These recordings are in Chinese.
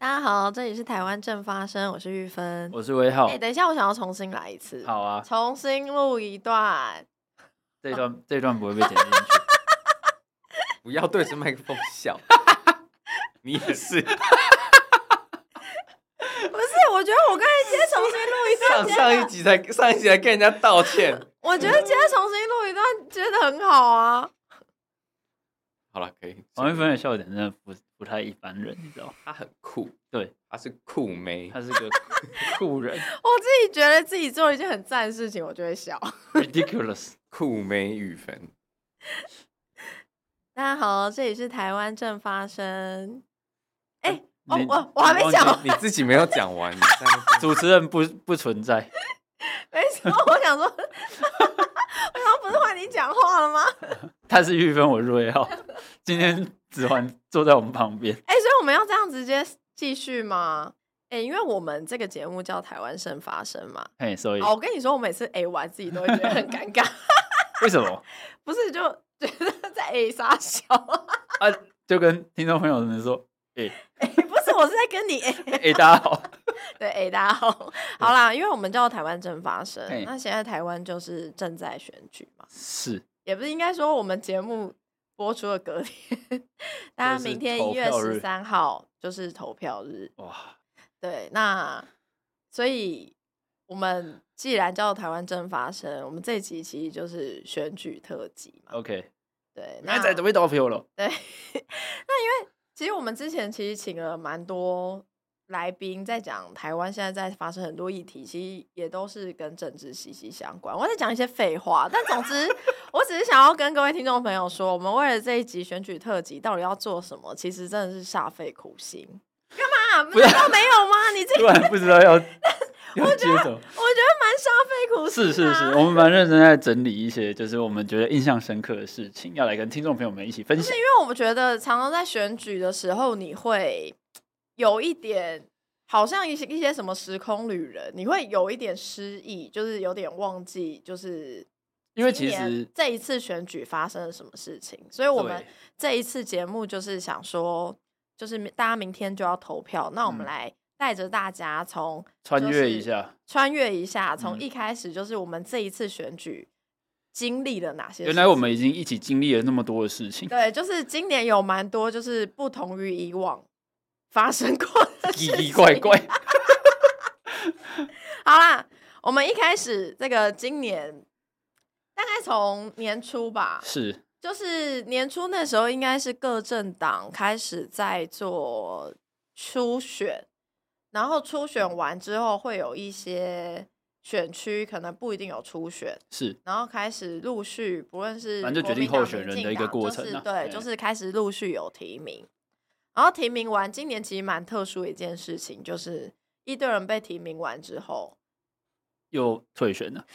大家好，这里是台湾正发生，我是玉芬， 我是威浩。 等一下，我想要重新来一次。 好啊， 重新录一段。 这一段不会被剪进去。 不要对着麦克风笑。你也是。 不是，我觉得我刚才直接重新录一段。 上一集才跟人家道歉。 我觉得直接重新录一段，觉得很好啊。 好了，可以。 王一芬的笑点真的不太一般人，你知道？ 他很酷， 对， 他是酷妹， 他是个酷人。 我自己觉得自己做了一件很赞的事情，我就会笑。 Ridiculous， 酷妹玉芬。 大家好，这里是台湾正发生。 你我还没讲完， 你自己没有讲完，你在那边主持人不存在。 没错，我想说，不是换你讲话了吗？ 他是玉芬，我是威浩。今天子桓坐在我们旁边。 所以我们要这样直接继续吗？因为我们这个节目叫台湾正发生嘛。 所以我跟你说，我每次完自己都会觉得很尴尬。 为什么？ 不是就觉得在傻笑啊，就跟听众朋友们说， 不是，我是在跟你大家好。 对，大家好，好啦，因为我们叫台湾正发生，那现在台湾就是正在选举嘛， 是， 也不是应该说我们节目播出的隔天，大家明天1月13号就是投票日， 哇， 对，那所以我们既然叫台湾正发生，我们这一集其实就是选举特辑嘛 ，OK， 对， 那在准备投票了， 对，那因为其实我们之前其实请了蛮多来宾在讲台湾现在在发生很多议题，其实也都是跟政治息息相关。我在讲一些废话，但总之我只是想要跟各位听众朋友说，我们为了这一集选举特辑到底要做什么，其实真的是煞费苦心。干嘛？难道没有吗？你突然不知道要接什么， 我觉得蛮煞费苦心。 是，我们蛮认真在整理一些就是我们觉得印象深刻的事情，要来跟听众朋友们一起分享。 是因为我们觉得常常在选举的时候，你会有一点好像一些什么时空旅人，你会有一点失忆，就是有点忘记，就是因为其实这一次选举发生了什么事情，所以我们这一次节目就是想说，就是大家明天就要投票，那我们来带着大家从穿越一下， 从一开始就是我们这一次选举经历了哪些事情。 原来我们已经一起经历了那么多的事情。 对，就是今年有蛮多就是不同于以往发生过的事情， 奇奇怪怪。 好啦，我们一开始这个今年大概从年初吧， 是， 就是年初那时候应该是各政党开始在做初选，然后初选完之后会有一些选区可能不一定有初选， 是， 然后开始陆续不论是反正就决定候选人的一个过程啊， 对，就是开始陆续有提名。然后提名完，今年其实蛮特殊的一件事情，就是一堆人被提名完之后又退选了。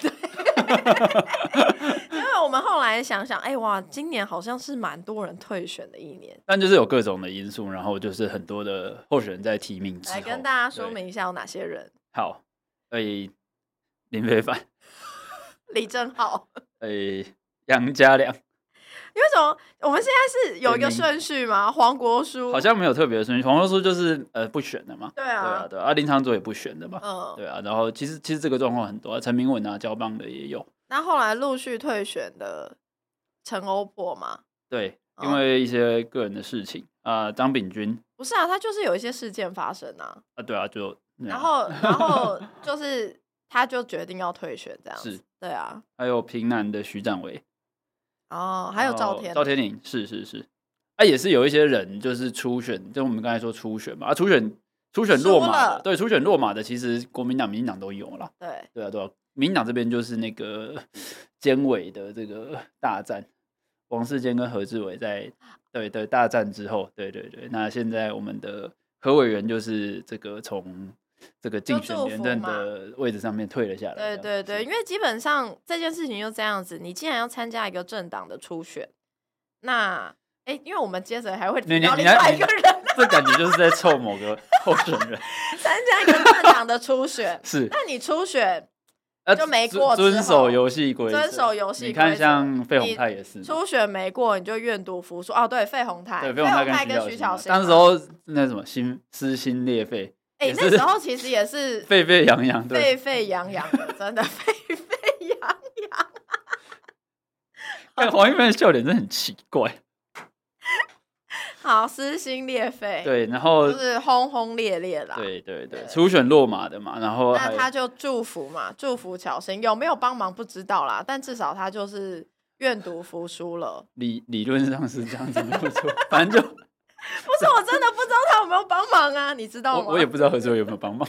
因为我们后来想想，哇，今年好像是蛮多人退选的一年， 但就是有各种的因素，然后就是很多的候选人在提名之后， 来跟大家说明一下有哪些人。 好，林非凡、 李正浩、 杨家良。 为什么我们现在是有一个顺序吗？黄国书好像没有特别的顺序，黄国书就是不选的嘛。 对啊， 林长佐也不选的嘛。对啊，然后其实这个状况很多，陈明文啊、交棒的也有。 那后来陆续退选的陈欧珀嘛， 对，因为一些个人的事情啊，张炳军不是啊，他就是有一些事件发生啊。 对啊，就然后就是他就决定要退选这样子。对啊， 还有平南的徐展维。 还有赵天麟，是，也是有一些人就是初选，就我们刚才说初选嘛，初选落马的，对，初选落马的，其实国民党、民进党都有啦，对啊，民进党这边就是那个监委的这个大战，王世坚跟何志伟在对大战之后，对，那现在我们的何委员就是这个从这个竞选连任的位置上面退了下来。 对，因为基本上这件事情就这样子，你既然要参加一个政党的初选，那因为我们接着还会提到另外一个人， 这感觉就是在凑某个候选人参加一个政党的初选。 是， 那你初选就没过之后遵守游戏规则， 遵守游戏规则。 你看像费鸿泰也是初选没过，你就愿赌服输。哦，对，费鸿泰跟徐巧芯， 当时候那什么撕心裂肺。 那时候其实也是沸沸扬扬， 沸沸扬扬的，真的沸沸扬扬。 看黄一芬的笑点真的很奇怪。 好，撕心裂肺， 对，然后就是轰轰烈烈啦。 对，初选落马的嘛，然后那他就祝福巧芯，有没有帮忙不知道啦，但至少他就是愿赌服输了。 理论上是这样子，没错，反正就不是我真的不知道他有没有帮忙啊，你知道吗？ 我也不知道何志伟有没有帮忙。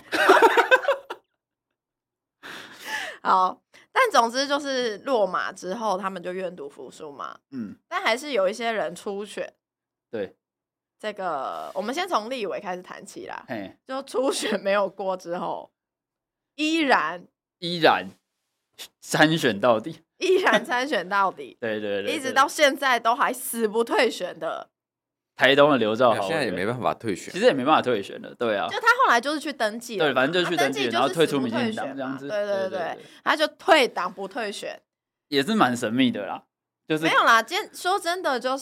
好，但总之就是落马之后，他们就愿赌服输嘛。但还是有一些人初选。 对。 这个我们先从立委开始谈起啦，就初选没有过之后，依然参选到底， 对，一直到现在都还死不退选的台东的刘兆豪， 现在也没办法退选， 其实也没办法退选了，对啊， 就他后来就是去登记了， 对，反正就去登记，然后退出民进党这样子， 对，他就退党不退选， 也是蛮神秘的啦，就是没有啦，今天说真的就是。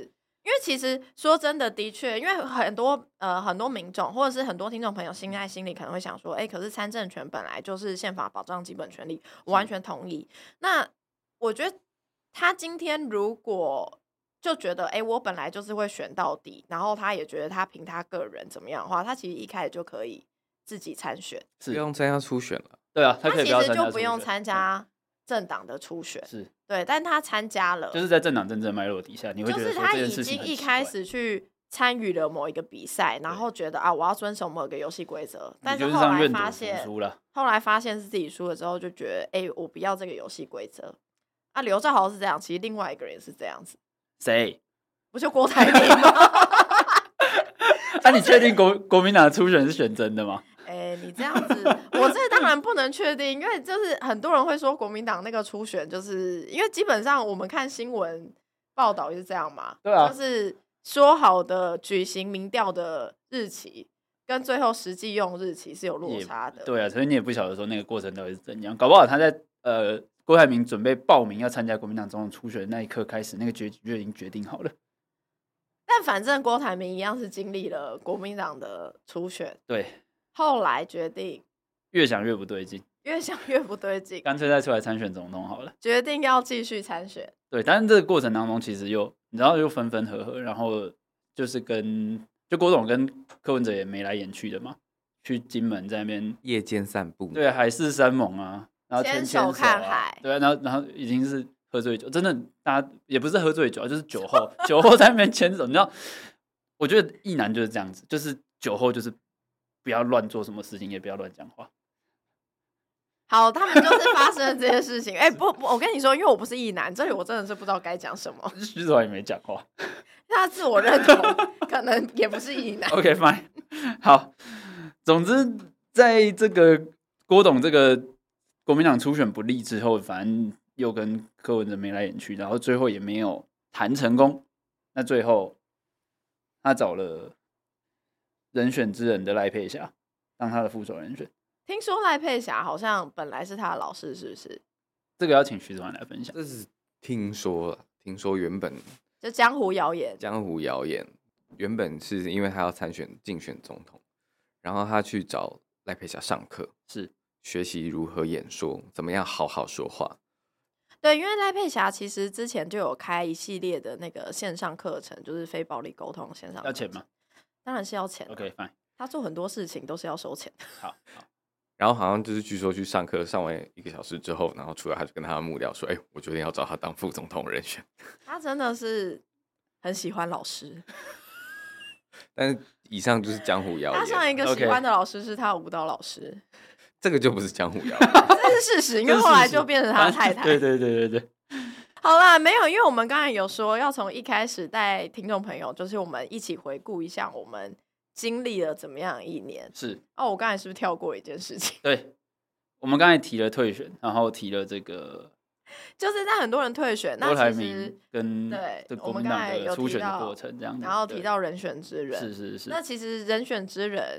因为其实说真的，的确，因为很多民众或者是很多听众朋友心里可能会想说，可是参政权本来就是宪法保障基本权利，我完全同意。那我觉得他今天如果就觉得，我本来就是会选到底，然后他也觉得他凭他个人怎么样的话，他其实一开始就可以自己参选， 不用参加初选了。 对啊，他其实就不用参加政党的初选， 是对，但他参加了， 就是在政党政治脉络底下，你会觉得就是他已经一开始去参与了某一个比赛，然后觉得我要遵守某个游戏规则，但是后来发现是自己输了之后，就觉得我不要这个游戏规则。刘兆豪是这样，其实另外一个人也是这样子， 谁？ 不就郭台铭吗？ 那你确定国民党的初选是选真的吗？ 你这样子，我这当然不能确定，因为就是很多人会说国民党那个初选，就是因为基本上我们看新闻报道也是这样嘛， 对啊， 就是说好的举行民调的日期跟最后实际用日期是有落差的， 对啊，所以你也不晓得说那个过程到底是怎样，搞不好他在郭台铭准备报名要参加国民党总统初选的那一刻开始，那个结局就已经决定好了。 但反正郭台铭一样是经历了国民党的初选， 对。 后来决定越想越不对劲， 干脆再出来参选总统好了。 决定要继续参选， 对，但是这个过程当中，其实你知道又分分合合，然后就是郭董跟柯文哲也眉来眼去的嘛，去金门在那边夜间散步， 对，海誓山盟啊，然后牵手看海， 对，然后已经是喝醉酒，真的大家也不是喝醉酒，就是酒后在那边牵手，你知道，我觉得异男就是这样子，就是酒后就是不要乱做什么事情，也不要乱讲话。 好，他们就是发生了这些事情。不，我跟你说，因为我不是异男，这里我真的是不知道该讲什么。 徐子华也没讲话， 他自我认同可能也不是异男。 OK fine， 好，总之在这个郭董这个国民党初选不利之后，反正又跟柯文哲眉来眼去，然后最后也没有谈成功。那最后他找了人选之人的赖佩霞当他的副手人选。 听说赖佩霞好像本来是他的老师，是不是？ 这个要请徐子桓来分享。 这是听说原本就江湖谣言， 原本是因为他要竞选总统，然后他去找赖佩霞上课， 是学习如何演说，怎么样好好说话。 对，因为赖佩霞其实之前就有开一系列的那个线上课程，就是非暴力沟通线上课程。 要钱吗？ 当然是要钱。 OK fine， 他做很多事情都是要收钱的。 好。 然后好像就是据说去上课，上完1个小时之后，然后出来他就跟他的幕僚说：“我决定要找他当副总统人选。” 他真的是很喜欢老师， 但是以上就是江湖谣言。 他上一个喜欢的老师是他的舞蹈老师， 这个就不是江湖谣言， 这是事实，因为后来就变成他的太太。 对。 好啦，没有，因为我们刚才有说要从一开始带听众朋友，就是我们一起回顾一下我们经历了怎么样一年。 是我刚才是不是跳过一件事情？ 对，我们刚才提了退选，然后提了这个， 就是在很多人退选，那其实跟对国民党的初选的过程这样子， 然后提到人选之人， 是。 那其实人选之人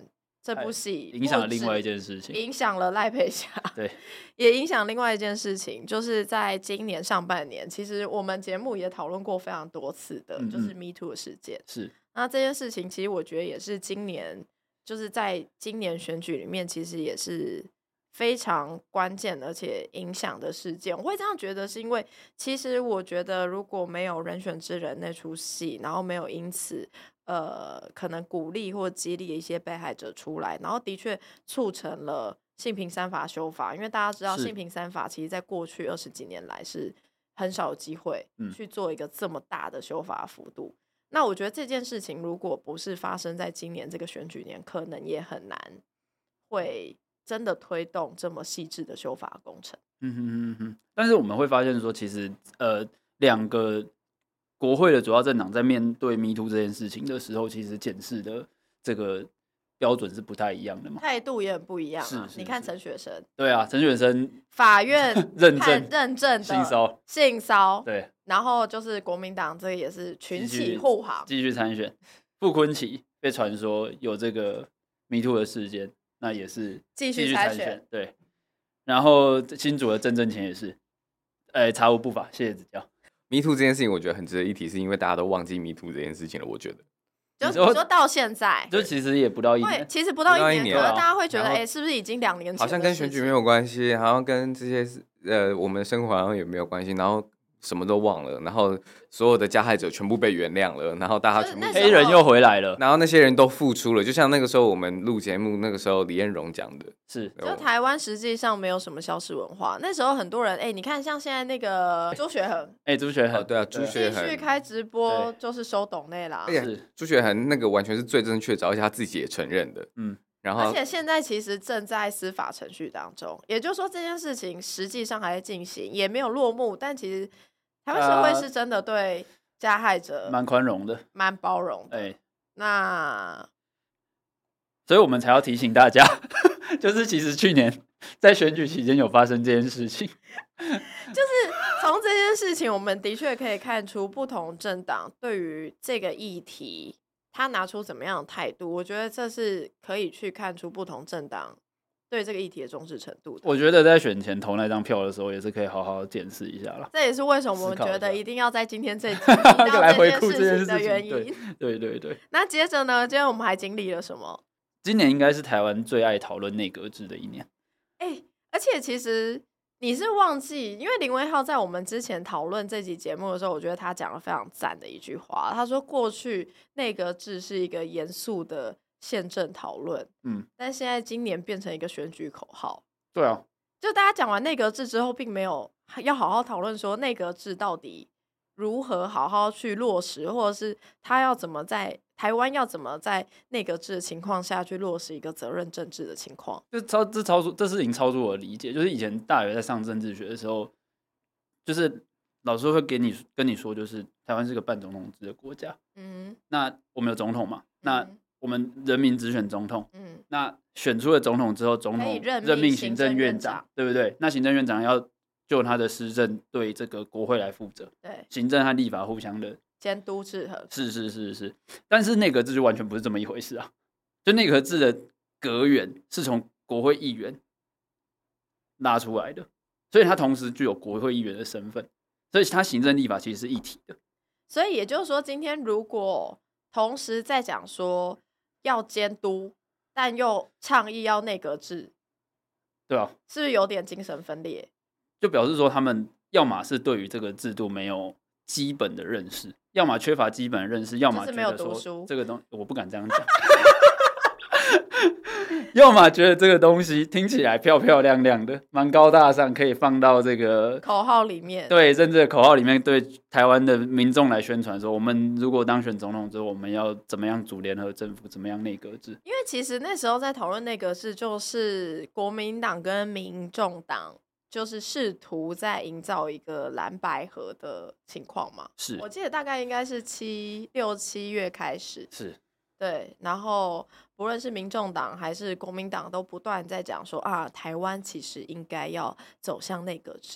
这部戏影响了另外一件事情， 影响了赖佩霞， 对， 也影响另外一件事情，就是在今年上半年，其实我们节目也讨论过非常多次的，就是 Me Too 的事件。 是， 那这件事情其实我觉得也是今年，就是在今年选举里面，其实也是非常关键而且影响的事件。我会这样觉得，是因为其实我觉得如果没有人选之人那出戏，然后没有因此可能鼓励或激励一些被害者出来，然后的确促成了性平3法修法。因为大家知道性平3法其实在过去20几年来是很少有机会去做一个这么大的修法幅度。那我觉得这件事情如果不是发生在今年这个选举年，可能也很难会真的推动这么细致的修法工程。 但是我们会发现说，其实两个国会的主要政党在面对 Me Too 这件事情的时候，其实检视的这个标准是不太一样的嘛， 态度也很不一样啊。 是你看陈雪生， 对啊，陈雪生法院认证的性骚， 对， 然后就是国民党这个也是群起护航， 继续参选。傅昆萁被传说有这个 Me Too 的事件，那也是继续参选，对。然后新竹的郑正乾也是，查无不法，谢谢指教。 Me Too 这件事情，我觉得很值得一提，是因为大家都忘记 Me Too 这件事情了。我觉得， 就你说到现在， 就其实也不到1年， 其实不到1年，可能大家会觉得，是不是已经2年前？ 好像跟选举没有关系，好像跟这些我们的生活好像也没有关系，然后什么都忘了，然后所有的加害者全部被原谅了，然后大家全部黑人又回来了， 然后那些人都付出了，就像那个时候我们录节目，那个时候李彦荣讲的， 是就台湾实际上没有什么消失文化，那时候很多人，你看像现在那个朱学恒， 朱学恒， 对啊，朱学恒继续开直播就是收抖内啦， 是朱学恒那个完全是最正确的，而且他自己也承认的，然后而且现在其实正在司法程序当中，也就是说这件事情实际上还在进行，也没有落幕，但其实台湾社会是真的对加害者蛮宽容的， 蛮包容的。那所以我们才要提醒大家，就是其实去年在选举期间有发生这件事情， 就是从这件事情，我们的确可以看出不同政党对于这个议题，他拿出怎么样的态度。我觉得这是可以去看出不同政党对这个议题的重视程度的。 我觉得在选前投那张票的时候，也是可以好好检视一下啦。 这也是为什么我们觉得一定要在今天这集来回顾这件事情的原因。 对。那接着呢？今天我们还经历了什么？ 今年应该是台湾最爱讨论内阁制的一年。 而且其实你是忘记，因为林威浩在我们之前讨论这集节目的时候，我觉得他讲了非常赞的一句话。他说，过去内阁制是一个严肃的宪政讨论，但现在今年变成一个选举口号。 对啊， 就大家讲完内阁制之后，并没有要好好讨论说内阁制到底如何好好去落实，或者是他要怎么在台湾要怎么在内阁制的情况下去落实一个责任政治的情况。 这事情超出我的理解。就是以前大学在上政治学的时候，就是老师会跟你说，就是台湾是个半总统制的国家。那我们有总统嘛？那我们人民只选总统。那选出了总统之后，总统任命行政院长，对不对？那行政院长要就他的施政对这个国会来负责。对，行政和立法互相的监督制衡。 是。但是内阁制就完全不是这么一回事啊！就内阁制的阁员是从国会议员拉出来的，所以他同时具有国会议员的身份，所以他行政立法其实是一体的。 所以也就是说，今天如果同时在讲说要监督，但又倡议要内阁制， 对啊， 是不是有点精神分裂？ 就表示说他们要么是对于这个制度没有基本的认识，要么缺乏基本的认识，要么觉得说这个东西我不敢这样讲，要么觉得这个东西听起来漂漂亮亮的，蛮高大上，可以放到这个口号里面， 对，甚至口号里面对台湾的民众来宣传说，我们如果当选总统之后，我们要怎么样组联合政府，怎么样内阁制。 因为其实那时候在讨论内阁制，就是国民党跟民众党就是试图在营造一个蓝白合的情况嘛。 是， 我记得大概应该是6、7月开始。 是。 对，然后不论是民众党还是国民党都不断在讲说啊，台湾其实应该要走向内阁制，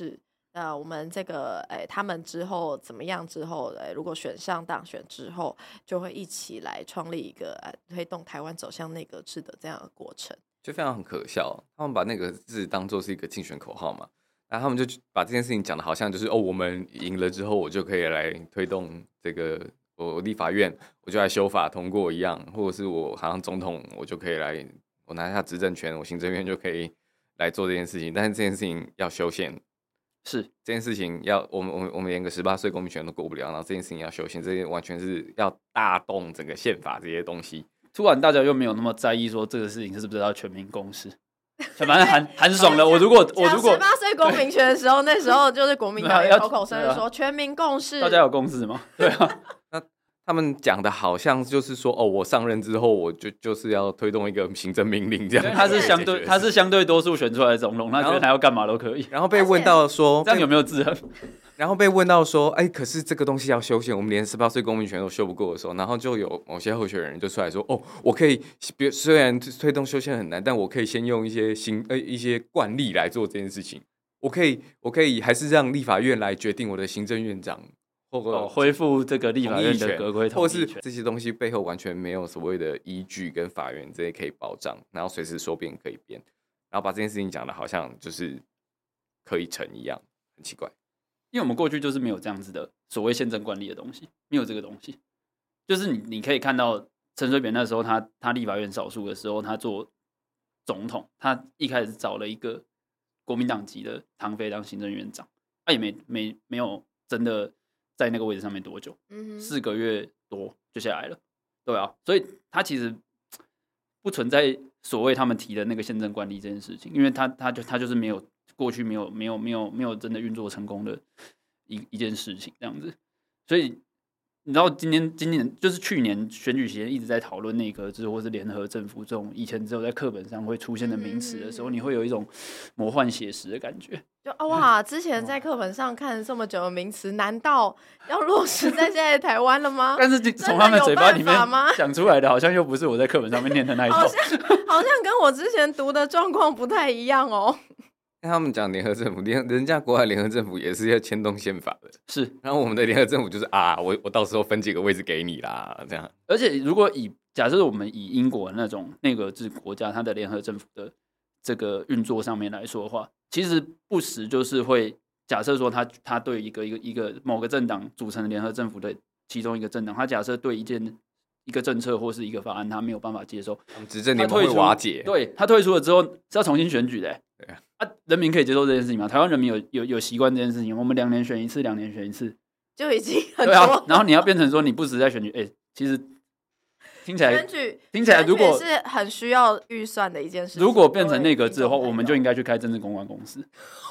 我们这个他们之后怎么样之后，如果选上当选之后，就会一起来创立一个推动台湾走向内阁制的这样的过程， 就非常很可笑。他们把内阁制当作是一个竞选口号嘛，然后他们就把这件事情讲的好像就是我们赢了之后，我就可以来推动这个我立法院，我就来修法通过一样，或者是我好像总统，我就可以来，我拿下执政权，我行政院就可以来做这件事情。但是这件事情要修宪。 是这件事情要我们连个18岁公民权都过不了，然后这件事情要修宪，这些完全是要大动整个宪法这些东西。 突然大家又没有那么在意说这个事情是不是要全民共识，反正韩爽了。我如果 18岁公民权的时候，那时候就是国民党口口声声说全民共识， 大家有共识吗？对啊。 那他们讲的好像就是说我上任之后我就是要推动一个行政命令这样。 他是相对多数选出来的总统，他觉得他要干嘛都可以。 然后被问到说这样有没有制衡？ 然后被问到说可是这个东西要修宪，我们连18岁公民权都修不过的时候，然后就有某些候选人就出来说我可以，虽然推动修宪很难，但我可以先用一些惯例来做这件事情。我可以还是让立法院来决定我的行政院长。 恢复这个立法院的阁规统议权， 或是这些东西背后完全没有所谓的依据跟法院这些可以保障，然后随时说变可以变，然后把这件事情讲的好像就是可以成一样，很奇怪。 因为我们过去就是没有这样子的所谓宪政惯例的东西，没有这个东西。就是你可以看到陈水扁那时候他立法院少数的时候，他做总统，他一开始找了一个国民党籍的唐飞当行政院长，他也没有真的在那个位置上面多久，4个月多就下来了，对啊，所以他其实不存在所谓他们提的那个宪政惯例这件事情，因为他就是没有过去没有真的运作成功的一件事情这样子，所以你知道今年就是去年选举期间一直在讨论内阁制或是联合政府这种以前只有在课本上会出现的名词的时候，你会有一种魔幻写实的感觉。 就哇，之前在课本上看了这么久的名词，难道要落实在现在的台湾了吗？ 但是从他们嘴巴里面讲出来的，好像又不是我在课本上面念的那一种， 好像跟我之前读的状况不太一样哦。 他们讲联合政府，人家国外联合政府也是要牵动宪法的， 是。 然后我们的联合政府就是我到时候分几个位置给你啦，这样。 而且如果假设我们以英国那种内阁制国家，它的联合政府的这个运作上面来说的话，其实不时就是会假设说他对一个某个政党组成的联合政府的其中一个政党，他假设对一个政策或是一个法案他没有办法接受， 执政联盟会瓦解。 对，他退出了之后是要重新选举的。对啊，人民可以接受这件事情吗？台湾人民有习惯这件事情，我们2年选一次，2年选一次就已经很多。 对啊，然后你要变成说你不时在选举，其实听起来如果是很需要预算的一件事情。 如果变成内阁制的话，我们就应该去开政治公关公司。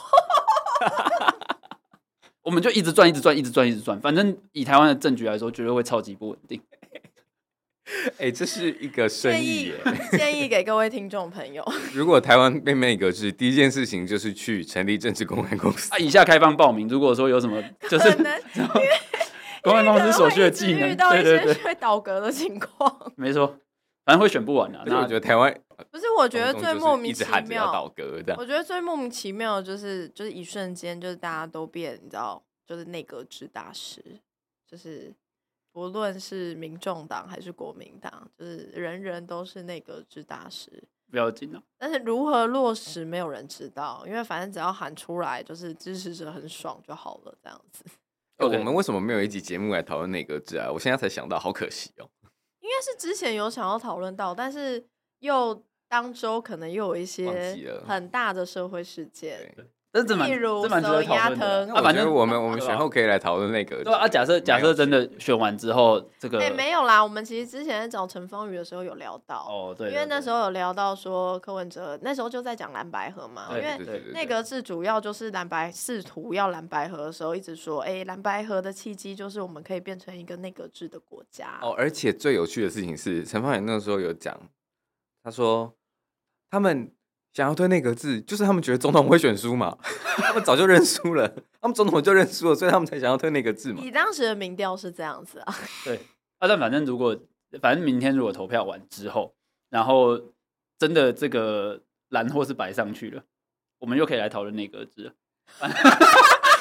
我们就一直赚，反正以台湾的政局来说，绝对会超级不稳定。 这是一个生意耶。 建议给各位听众朋友， 如果台湾被内阁制，第一件事情就是去成立政治公关公司。 以下开放报名，如果说有什么就是公关公司所需的技能，对， 会倒阁的情况。 没错，反正会选不完啊。 那我觉得台湾不是，我觉得最莫名其妙， 倒阁这样。 我觉得最莫名其妙的就是一瞬间，就是大家都变，你知道，就是内阁制大师，就是不论是民众党还是国民党，就是人人都是内阁制大师。 不要紧啊， 但是如何落实，没有人知道，因为反正只要喊出来，就是支持者很爽就好了，这样子。 我们为什么没有一集节目来讨论内阁制啊？我现在才想到，好可惜哦。 应该是之前有想要讨论到，但是又当周可能又有一些很大的社会事件。 例如手压疼， 反正我们选后可以来讨论那个。 对啊，假设真的选完之后，这个没有啦。我们其实之前在找陈芳瑜的时候有聊到， 对， 因为那时候有聊到说柯文哲那时候就在讲蓝白合嘛，因为内阁制主要就是试图要蓝白合的时候，一直说，蓝白合的契机就是我们可以变成一个内阁制的国家。 而且最有趣的事情是，陈芳瑜那个时候有讲，他说他们想要推内阁制，就是他们觉得总统会选输嘛，他们早就认输了，他们总统就认输了，所以他们才想要推内阁制嘛。 你当时的民调是这样子啊？ 对，但反正明天如果投票完之后，然后真的这个蓝或是白上去了，我们又可以来讨论内阁制了。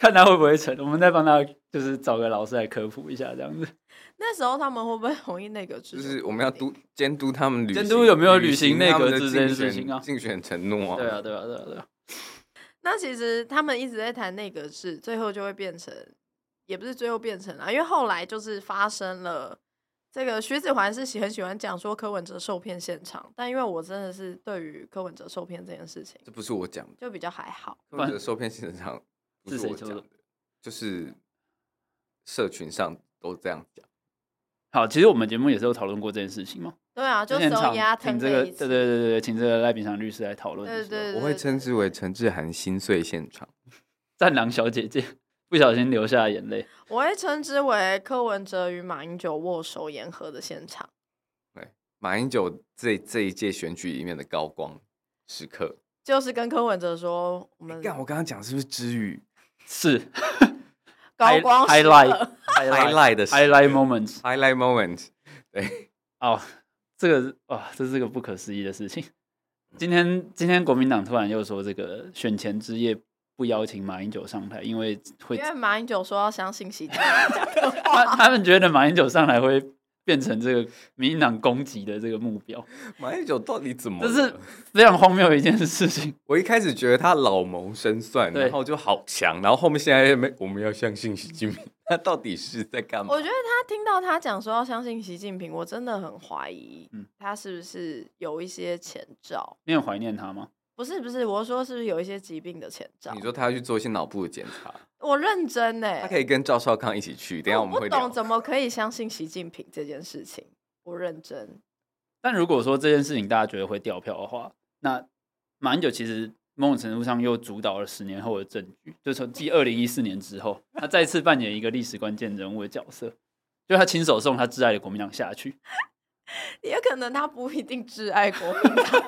看他会不会成，我们再帮他就是找个老师来科普一下这样子。 那时候他们会不会同意内阁制？ 就是我们要监督他们监督有没有履行内阁制这件事情啊？ 竞选承诺啊。 对啊，对啊，对啊，对啊。 那其实他们一直在谈内阁制，最后就会变成，也不是最后变成啦，因为后来就是发生了这个徐子桓是很喜欢讲说柯文哲受骗现场，但因为我真的是对于柯文哲受骗这件事情， 这不是我讲的， 就比较还好。 柯文哲受骗现场不是我讲的，就是社群上都这样讲。 好，其实我们节目也是有讨论过这件事情嘛。 对啊，就手压请这个，对，请这个赖秉祥律师来讨论。 对， 我会称之为陈志涵心碎现场。 战狼小姐姐不小心流下眼泪。 我会称之为柯文哲与马英九握手言和的现场。 对，马英九这一届选举里面的高光时刻， 就是跟柯文哲说，我刚刚讲是不是知语？ 是高光时刻 highlight 的 highlight moment。对， 这是个不可思议的事情。今天国民党突然又说这个选前之夜不邀请马英九上台，因为马英九说要相信习近平讲的话， 他们觉得马英九上台会变成这个民进党攻击的这个目标。 马英九到底怎么了？ 这是非常荒谬的一件事情。 我一开始觉得他老谋深算，然后就好强，然后后面现在我们要相信习近平，他到底是在干嘛？ 我觉得他听到他讲说要相信习近平，我真的很怀疑，他是不是有一些前兆？ 你很怀念他吗？ 不是，我说是不是有一些疾病的前兆？ 你说他要去做一些脑部的检查？ 我认真他可以跟赵少康一起去。等一下我们会聊。 我不懂怎么可以相信习近平这件事情，我认真。 但如果说这件事情大家觉得会掉票的话，那马英九其实某种程度上又主导了10年后的政局，就从继2014年之后，他再次扮演一个历史关键人物的角色，就他亲手送他挚爱的国民党下去。 也可能他不一定挚爱国民党。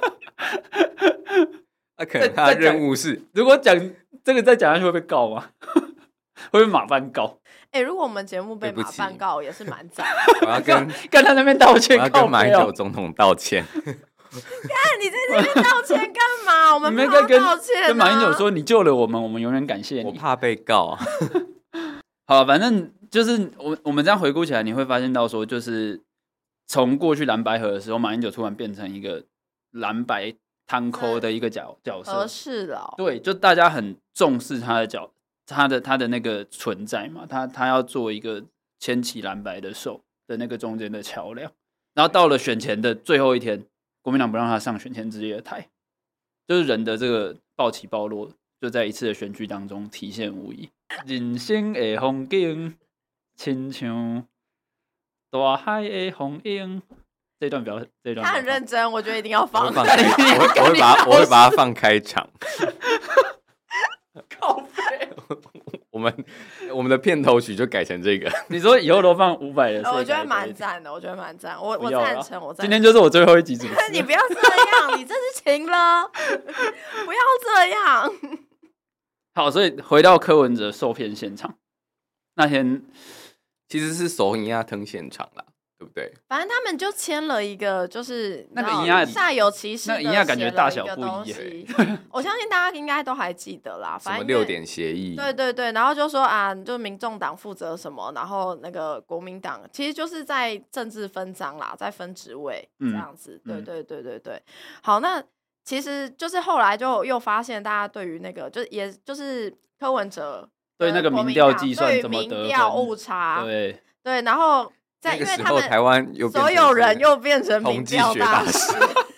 可能他的任务是， 如果讲这个再讲下去会被告吗？会被马办告？ 如果我们节目被马办告，也是蛮赞。 我要跟他那边道歉， 我要跟马英九总统道歉。 看你在这边道歉干嘛？我们没有道歉。 跟马英九说你救了我们，我们永远感谢你。 我怕被告。 好，反正就是我们这样回顾起来，你会发现到说，就是从过去蓝白合的时候，马英九突然变成一个蓝白摊扣的一个角色， 合适了。 对，就大家很重视他的那个存在嘛，他要做一个牵起蓝白的手的那个中间的桥梁。然后到了选前的最后一天，国民党不让他上选前之夜的台，就是人的这个暴起暴落，就在一次的选举当中体现无疑。人生的风景，亲像大海的风涌。这段他很认真，我觉得一定要放。 我会把它放开场。 靠北。 我们的片头曲就改成这个。 你说以后都放500的？ 我觉得蛮赞的，我赞成。 今天就是我最后一集主持。 你不要这样，你这是情了，不要这样。 好，所以回到柯文哲受骗现场那天， 其实是手影压腾现场啦。对不对？ 反正他们就签了一个，就是那个银亚煞有其事的那银亚感觉大小不一。我相信大家应该都还记得啦。 什么6点协议？ 对，然后就说啊，就民众党负责什么，然后那个国民党其实就是在政治分赃啦，在分职位这样子。对。好，那其实就是后来就又发现，大家对于那个就是柯文哲对那个民调计算怎么得分， 民调误差，对，然后。 那个时候，台湾所有人又变成民调大师，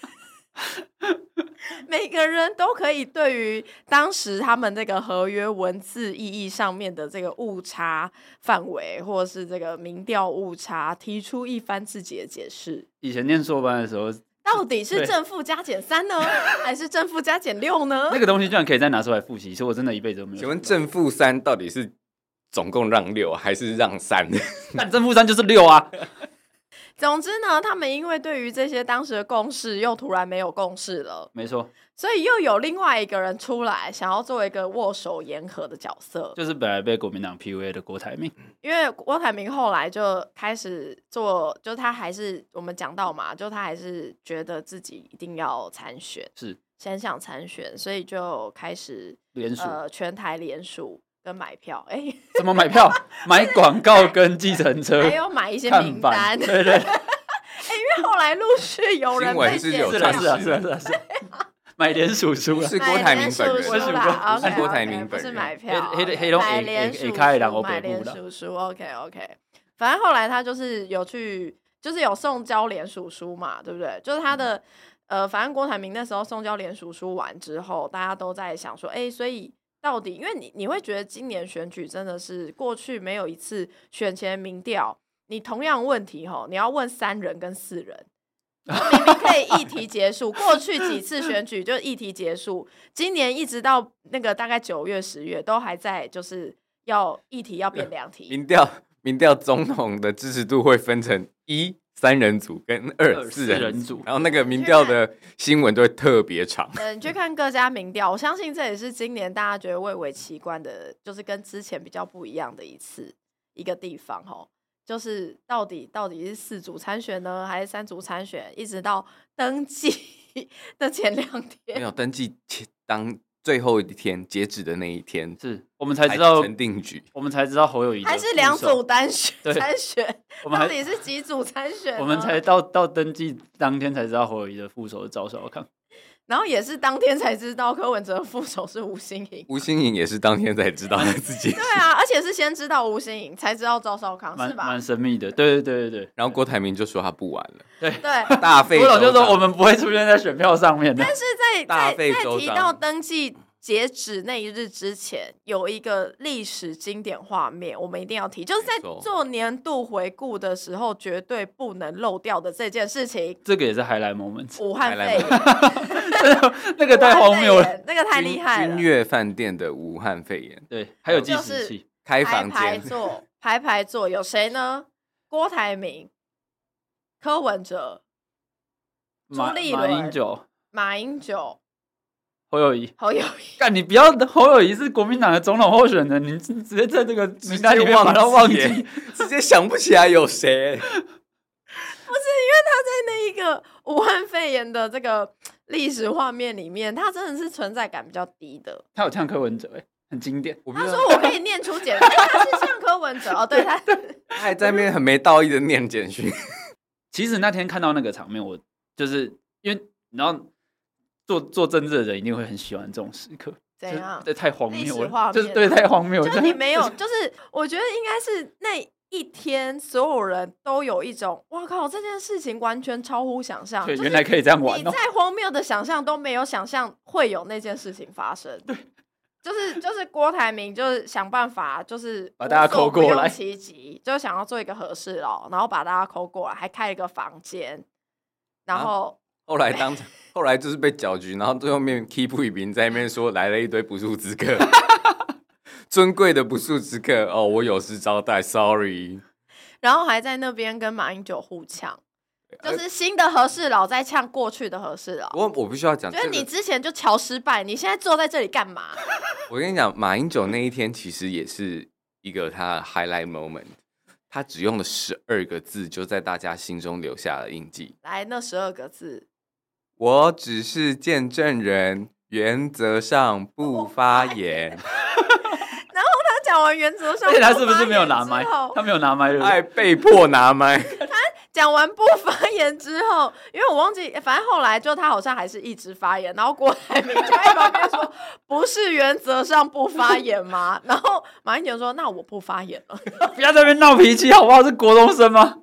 每个人都可以对于当时他们这个合约文字意义上面的这个误差范围，或者是这个民调误差，提出一番自己的解释。 以前念硕班的时候， 到底是正负加减3呢，还是正负加减6呢？ 那个东西居然可以再拿出来复习，所以我真的一辈子都没有。 请问正负3到底是总共让6还是让3？ 但正负3就是6啊。 总之呢，他们因为对于这些当时的共识又突然没有共识了， 没错， 所以又有另外一个人出来想要做一个握手言和的角色， 就是本来被国民党 PUA 的郭台铭。 因为郭台铭后来就开始做，就他还是我们讲到嘛，就他还是觉得自己一定要参选， 是先想参选，所以就开始联署， 全台联署跟买票。 怎么买票？买广告跟计程车， 还有买一些名单。 对对。 因为后来陆续有人被是有是买连署书是郭台铭本人， 是郭台铭本人， 不是买票， 买连署书，买连署书。OK， 反正后来他就是有去，就是有送交联署书嘛，对不对？就是他的反正郭台铭那时候送交联署书完之后，大家都在想说，所以到底，因为你会觉得今年选举真的是过去没有一次选前民调，你同样问题你要问3人跟4人。明明可以议题结束，过去几次选举就议题结束，今年一直到那个大概9月10月都还在，就是要议题要变2题。 民调总统的支持度会分成1 3人组跟2 4人组，然后那个民调的新闻都会特别长。 你去看各家民调，我相信这也是今年大家觉得蔚为奇观的，就是跟之前比较不一样的一个地方就是到底是4组参选呢，还是3组参选？一直到登记的前2天， 没有登记当最后一天截止的那一天， 是我们才知道成定局， 我们才知道侯友宜还是2组单选参选，到底是几组参选？ 我们才到登记当天才知道侯友宜的副手是赵少康。 然后也是当天才知道柯文哲副手是吴欣盈， 吴欣盈也是当天才知道他自己。 对啊，而且是先知道吴欣盈，才知道赵少康，是吧？ 蛮神秘的，对。 然后郭台铭就说他不玩了， 对， 大费周章， 就说我们不会出现在选票上面的。 但是在提到登记截止那一日之前，有一个历史经典画面，我们一定要提，就是在做年度回顾的时候，绝对不能漏掉的这件事情。 这个也是highlight moment， 武汉肺炎， 那个太荒谬了， 那个太厉害了。 君悦饭店的武汉肺炎， 对，还有计时器， 开房间排座有谁呢？郭台铭、柯文哲、朱立伦、马英九。 侯友宜， 干你不要，侯友宜是国民党的总统候选人，你直接在这个名单里面把他忘记， 直接想不起来有谁。 不是因为他在那一个武汉肺炎的这个历史画面里面，他真的是存在感比较低的。 他有呛柯文哲，很经典。 他说我可以念出简讯，他是像柯文哲对他还在那边很没道义的念简讯。 其实那天看到那个场面，我就是因为你知道。做政治的人一定会很喜欢这种时刻， 怎样？ 这太荒谬了， 就是对，太荒谬了。 就你没有，就是我觉得应该是那一天，所有人都有一种，哇靠，这件事情完全超乎想象。 对，原来可以这样玩。 你再荒谬的想象都没有想象会有那件事情发生。对，就是郭台铭就是想办法，就是把大家扣过来， 其极，就想要做一个和事佬，然后把大家扣过来，还开一个房间，然后。 后来就是被搅局，然后最后面 keep 一名在那边说来了一堆不速之客，尊贵的不速之客哦，我有事招待 ，sorry。 然后还在那边跟马英九互呛，就是新的和事佬在呛过去的和事佬。 我必须要讲， 就是你之前就瞧失败，你现在坐在这里干嘛？ 我跟你讲，马英九那一天其实也是一个他的 highlight moment。他只用了12个字，就在大家心中留下了印记。 来，那12个字。 我只是见证人，原则上不发言。 然后他讲完原则上不发言， 他是不是没有拿麦？他没有拿麦， 还被迫拿麦。 他讲完不发言之后，因为我忘记，反正后来就他好像还是一直发言，然后郭台铭就在旁边说：“不是原则上不发言吗？”然后马英九说：“那我不发言了。” 不要在那边闹脾气好不好？是国中生吗？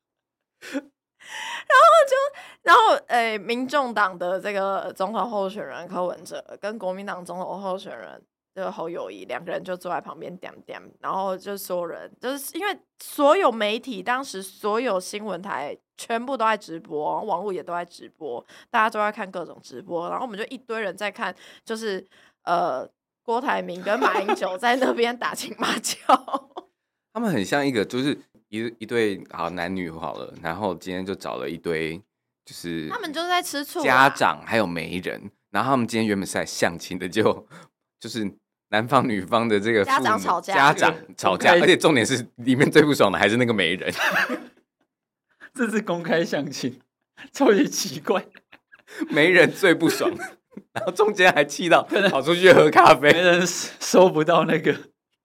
然后民众党的这个总统候选人柯文哲跟国民党总统候选人这个侯友宜2个人就坐在旁边点，然后就所有人就是因为所有媒体当时所有新闻台全部都在直播，网络也都在直播，大家都在看各种直播，然后我们就一堆人在看，就是郭台铭跟马英九在那边打情骂俏。 他们很像一个就是一对好男女好了，然后今天就找了一堆。就是他们就是在吃醋， 家长还有媒人，然后他们今天原本是来相亲的，就是男方女方的这个家长吵架，而且重点是里面最不爽的还是那个媒人， 这是公开相亲，超级奇怪， 媒人最不爽，然后中间还气到跑出去喝咖啡， 媒人收不到那个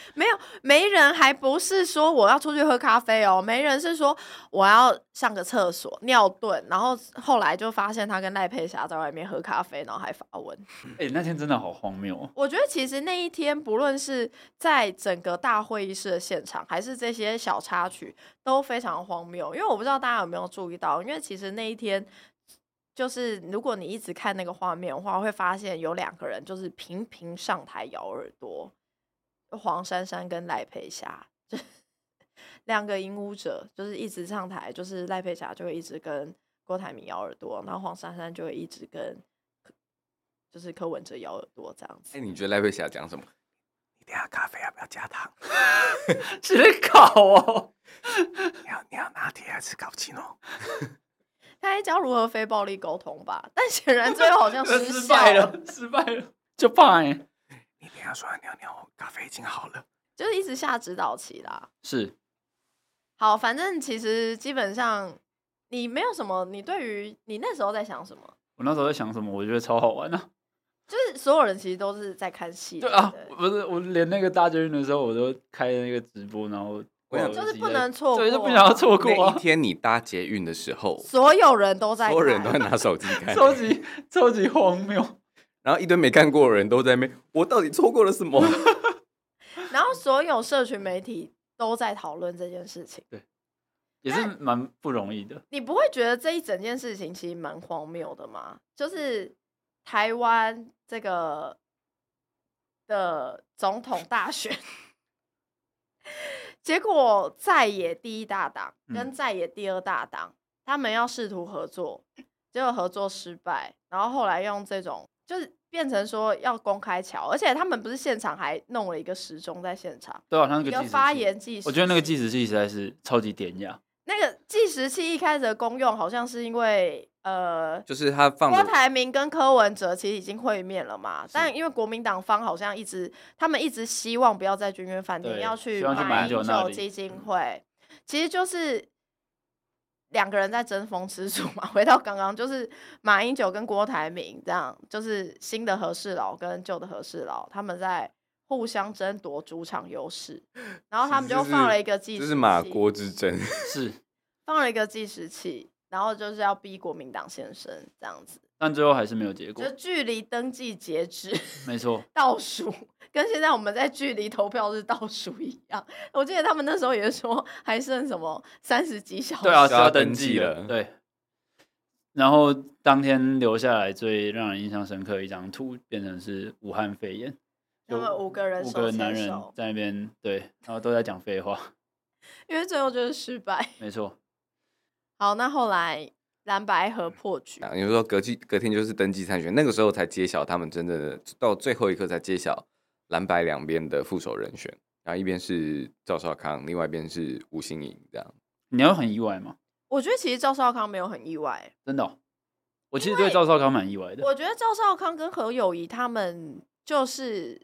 没有，没人还不是说我要出去喝咖啡哦，没人是说我要上个厕所尿遁，然后后来就发现他跟赖佩霞在外面喝咖啡，然后还发文。 那天真的好荒谬哦。 我觉得其实那一天不论是在整个大会议室的现场，还是这些小插曲都非常荒谬，因为我不知道大家有没有注意到，因为其实那一天就是如果你一直看那个画面的话，会发现有2个人就是频频上台咬耳朵，黄珊珊跟赖佩霞2个引舞者，就是一直上台，就是赖佩霞就会一直跟郭台铭咬耳朵，然后黄珊珊就会一直跟就是柯文哲咬耳朵这样子。 你觉得赖佩霞讲什么？你等下咖啡要不要加糖？ 是在搞哦。 你要拿铁还是卡布奇诺？ 他在教如何非暴力沟通吧，但显然最后好像失败了，就怕你等下说尿尿，咖啡已经好了， 就是一直下指导棋啦。 是， 好，反正其实基本上你没有什么，你对于你那时候在想什么？ 我那时候在想什么？我觉得超好玩啊！ 就是所有人其实都是在看戏。 对啊，不是我连那个大捷运的时候，我都开那个直播，然后。 就是不能错过， 对，就不想要错过。 那一天你搭捷运的时候， 所有人都在拿手机看， 超级荒谬。 然后一堆没看过的人都在那边，我到底错过了什么？ 然后所有社群媒体都在讨论这件事情， 对，也是蛮不容易的。 你不会觉得这一整件事情其实蛮荒谬的吗？就是台湾这个的总统大选。结果在野第一大党跟在野第二大党，他们要试图合作，结果合作失败，然后后来用这种就是变成说要公开瞧，而且他们不是现场还弄了一个时钟在现场， 对啊，那个发言计时器， 我觉得那个计时器实在是超级典雅。 那个计时器一开始的功用好像是因为就是他放郭台铭跟柯文哲其实已经会面了嘛，但因为国民党方好像他们一直希望不要在君悦饭店，要去马英九基金会，其实就是2个人在争风吃醋嘛。回到刚刚，就是马英九跟郭台铭这样，就是新的和事佬跟旧的和事佬，他们在互相争夺主场优势，然后他们就放了一个计时器， 这是马郭之争， 是放了一个计时器，然后就是要逼国民党现身这样子， 但最后还是没有结果， 就距离登记截止， 没错， 倒数跟现在我们在距离投票日倒数一样。我记得他们那时候也是说还剩什么30几小时， 对啊，就要登记了，对。然后当天留下来最让人印象深刻的一张图，变成是武汉肺炎。 他们5个人，5 个男人在那边，对，然后都在讲废话， 因为最后就是失败。 没错。 好，那后来蓝白合破局， 你说隔天就是登记参选，那个时候才揭晓他们真的到最后一刻才揭晓蓝白两边的副手人选，然后一边是赵少康，另外一边是吴欣盈，这样。 你要很意外吗？ 我觉得其实赵少康没有很意外， 真的、我其实对赵少康蛮意外的。 我觉得赵少康跟何友宜他们就是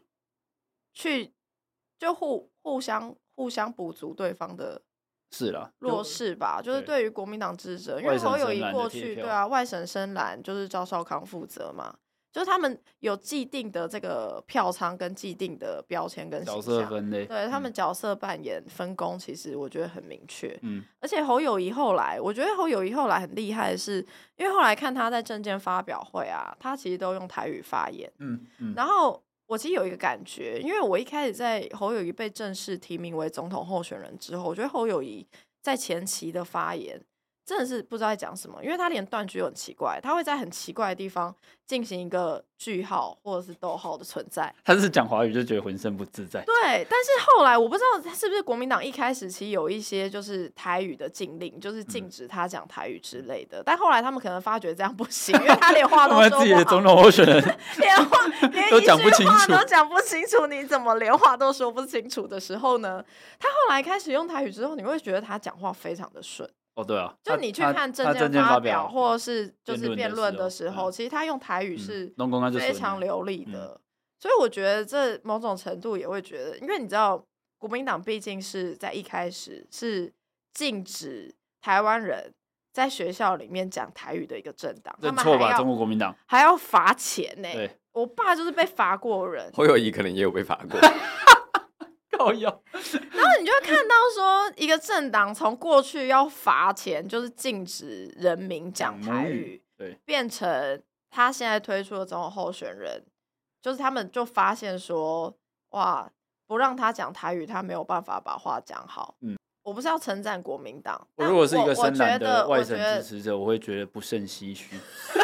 就互相补足对方的是啦弱势吧，就是对于国民党支持者，因为何友宜过去对啊外省深蓝就是赵少康负责嘛，就是他们有既定的这个票仓跟既定的标签跟形象角色分类， 对他们角色扮演分工，其实我觉得很明确。而且侯友宜后来，我觉得侯友宜后来很厉害的是，因为后来看他在政见发表会啊，他其实都用台语发言。然后我其实有一个感觉，因为我一开始在侯友宜被正式提名为总统候选人之后，我觉得侯友宜在前期的发言真的是不知道在讲什么，因为他连断句都很奇怪，他会在很奇怪的地方进行一个句号或者是逗号的存在。 他是讲华语就觉得浑身不自在。 对，但是后来我不知道是不是国民党一开始其实有一些就是台语的禁令，就是禁止他讲台语之类的，但后来他们可能发觉这样不行，因为他连话都说不好， 自己的总统候选人连都讲不清楚， 都讲不清楚，你怎么连话都说不清楚的时候呢？他后来开始用台语之后，你会觉得他讲话非常的顺。 哦，对啊， 就你去看政见发表或者是就是辩论的时候，其实他用台语是非常流利的，所以我觉得这某种程度也会觉得，因为你知道国民党毕竟是在一开始是禁止台湾人在学校里面讲台语的一个政党， 认错吧，中国国民党还要罚钱呢。 对， 我爸就是被罚过人， 侯友宜可能也有被罚过。 靠腰。 然后你就会看到说，一个政党从过去要罚钱，就是禁止人民讲台语， 对， 变成他现在推出的总统候选人，就是他们就发现说，哇，不让他讲台语，他没有办法把话讲好。我不是要称赞国民党， 我如果是一个深蓝的外省支持者，我会觉得不胜唏嘘。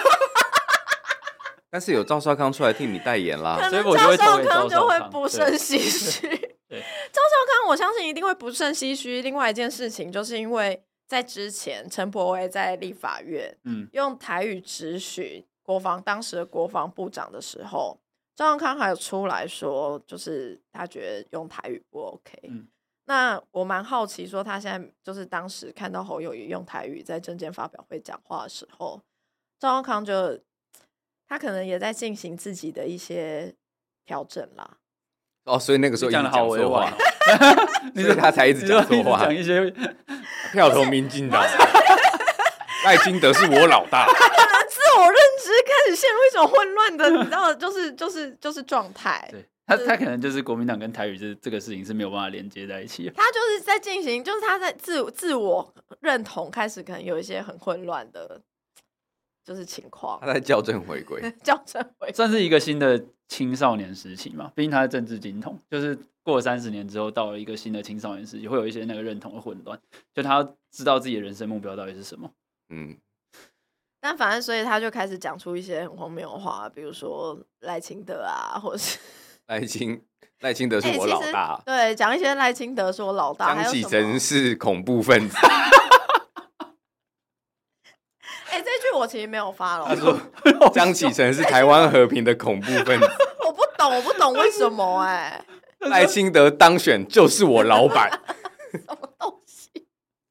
但是有赵少康出来替你代言啦， 所以我就会投给赵少康，就会不胜唏嘘。赵少康，我相信一定会不胜唏嘘。另外一件事情，就是因为在之前，陈柏惟在立法院，用台语质询当时的国防部长的时候，赵少康还有出来说，就是他觉得用台语不 OK。那我蛮好奇，说他现在就是当时看到侯友宜用台语在政见发表会讲话的时候，赵少康就他可能也在进行自己的一些调整啦。 所以那个时候讲的好委婉， 所以他才一直讲错话， 讲一些票投民进党，赖清德是我老大。 他可能自我认知开始陷入一种混乱的，你知道，就是状态。 对。他可能就是国民党跟台语这个事情是没有办法连接在一起的。 他就是在进行，就是他在自我认同开始可能有一些很混乱的，就是情况。 他在校正回归， 校正回归， 算是一个新的青少年时期嘛。毕竟他是政治金童，就是过了30年之后，到了一个新的青少年时期，会有一些那个认同的混乱，就他要知道自己的人生目标到底是什么。 但反正所以他就开始讲出一些很荒谬的话，比如说赖清德啊，或者是。 赖清德是我老大， 对，讲一些赖清德是我老大， 江启臣是恐怖分子。 这句我其实没有发了。 他说江启臣是台湾和平的恐怖分子。 我不懂为什么赖清德当选就是我老板。 什么东西？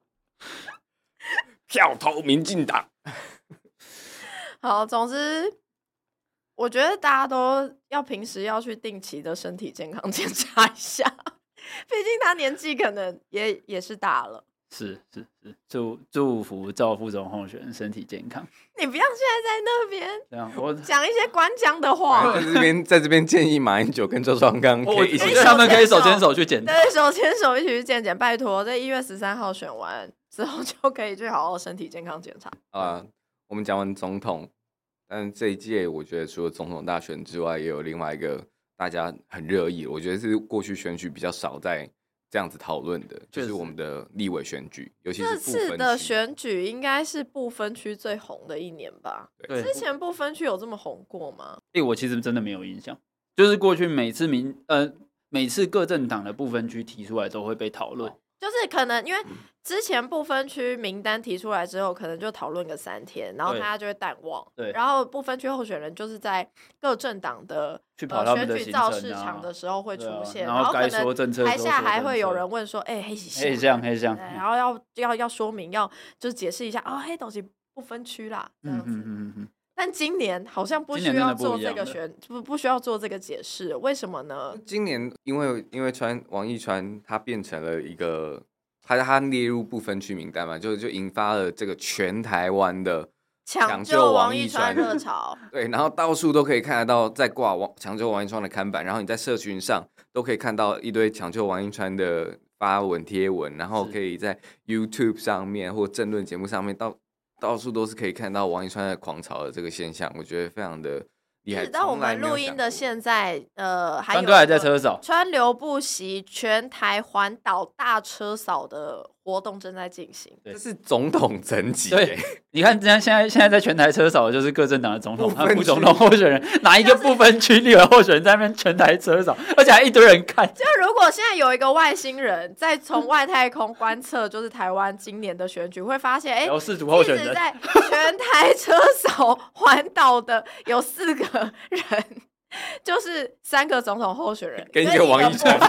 票投民进党。 好，总之。我觉得大家都平时要去定期的身体健康检查一下，毕竟他年纪可能也是大了。 是，祝福赵副总候选人身体健康。 你不要现在在那边我讲一些官腔的话。 在这边建议马英九跟周双刚可以一起， 他们可以手牵手去检查， 对，手牵手一起去检，拜托，在1月13号选完之后就可以去好好身体健康检查。 我们讲完总统。但这一届我觉得除了总统大选之外，也有另外一个大家很热议，我觉得是过去选举比较少在这样子讨论的，就是我们的立委选举，尤其是不分区。这次的选举应该是不分区最红的一年吧？对，之前不分区有这么红过吗？ 我其实真的没有印象，就是过去每次各政党的不分区提出来都会被讨论。 就是可能因为之前不分区名单提出来之后，可能就讨论个3天，然后大家就会淡忘。 对， 然后不分区候选人就是在各政党的选举造势场的时候会出现， 然后可能台下还会有人问说：“黑象， 然后要说明，就是解释一下黑东西不分区啦，这样子。但今年好像不需要做这个不需要做这个解释，为什么呢？ 今年因为王义川他变成了一个他列入不分区名单嘛，就引发了这个全台湾的抢救王义川热潮。 对，然后到处都可以看得到在挂抢救王义川的看板，然后你在社群上都可以看到一堆抢救王义川的发文贴文，然后可以在 YouTube 上面或政论节目上面到处都是可以看到王一川的狂潮的这个现象，我觉得非常的厉害。 直到我们录音的现在，还有还在车扫， 川流不息，全台环岛大车扫的活动正在进行。 这是总统层级。 对，你看，现在在全台车扫的就是各政党的总统和副总统候选人，哪一个不分区立委候选人在那边全台车扫，而且还一堆人看。 就如果现在有一个外星人在从外太空观测，就是台湾今年的选举，会发现， 有4组候选人在全台车扫环岛的有4个人，就是3个总统候选人跟一个王一川。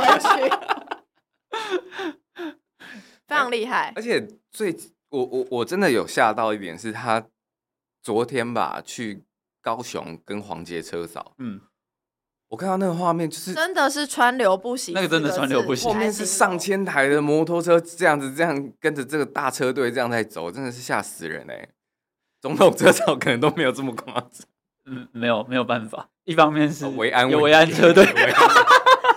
非常厉害， 而且我真的有吓到一点是，他昨天吧去高雄跟黄捷车扫，我看到那个画面就是真的是川流不息， 那个真的川流不息， 后面是上千台的摩托车这样跟着这个大车队这样在走，真的是吓死人总统车扫可能都没有这么夸张， 没有办法，一方面是维安有维安车队。 因为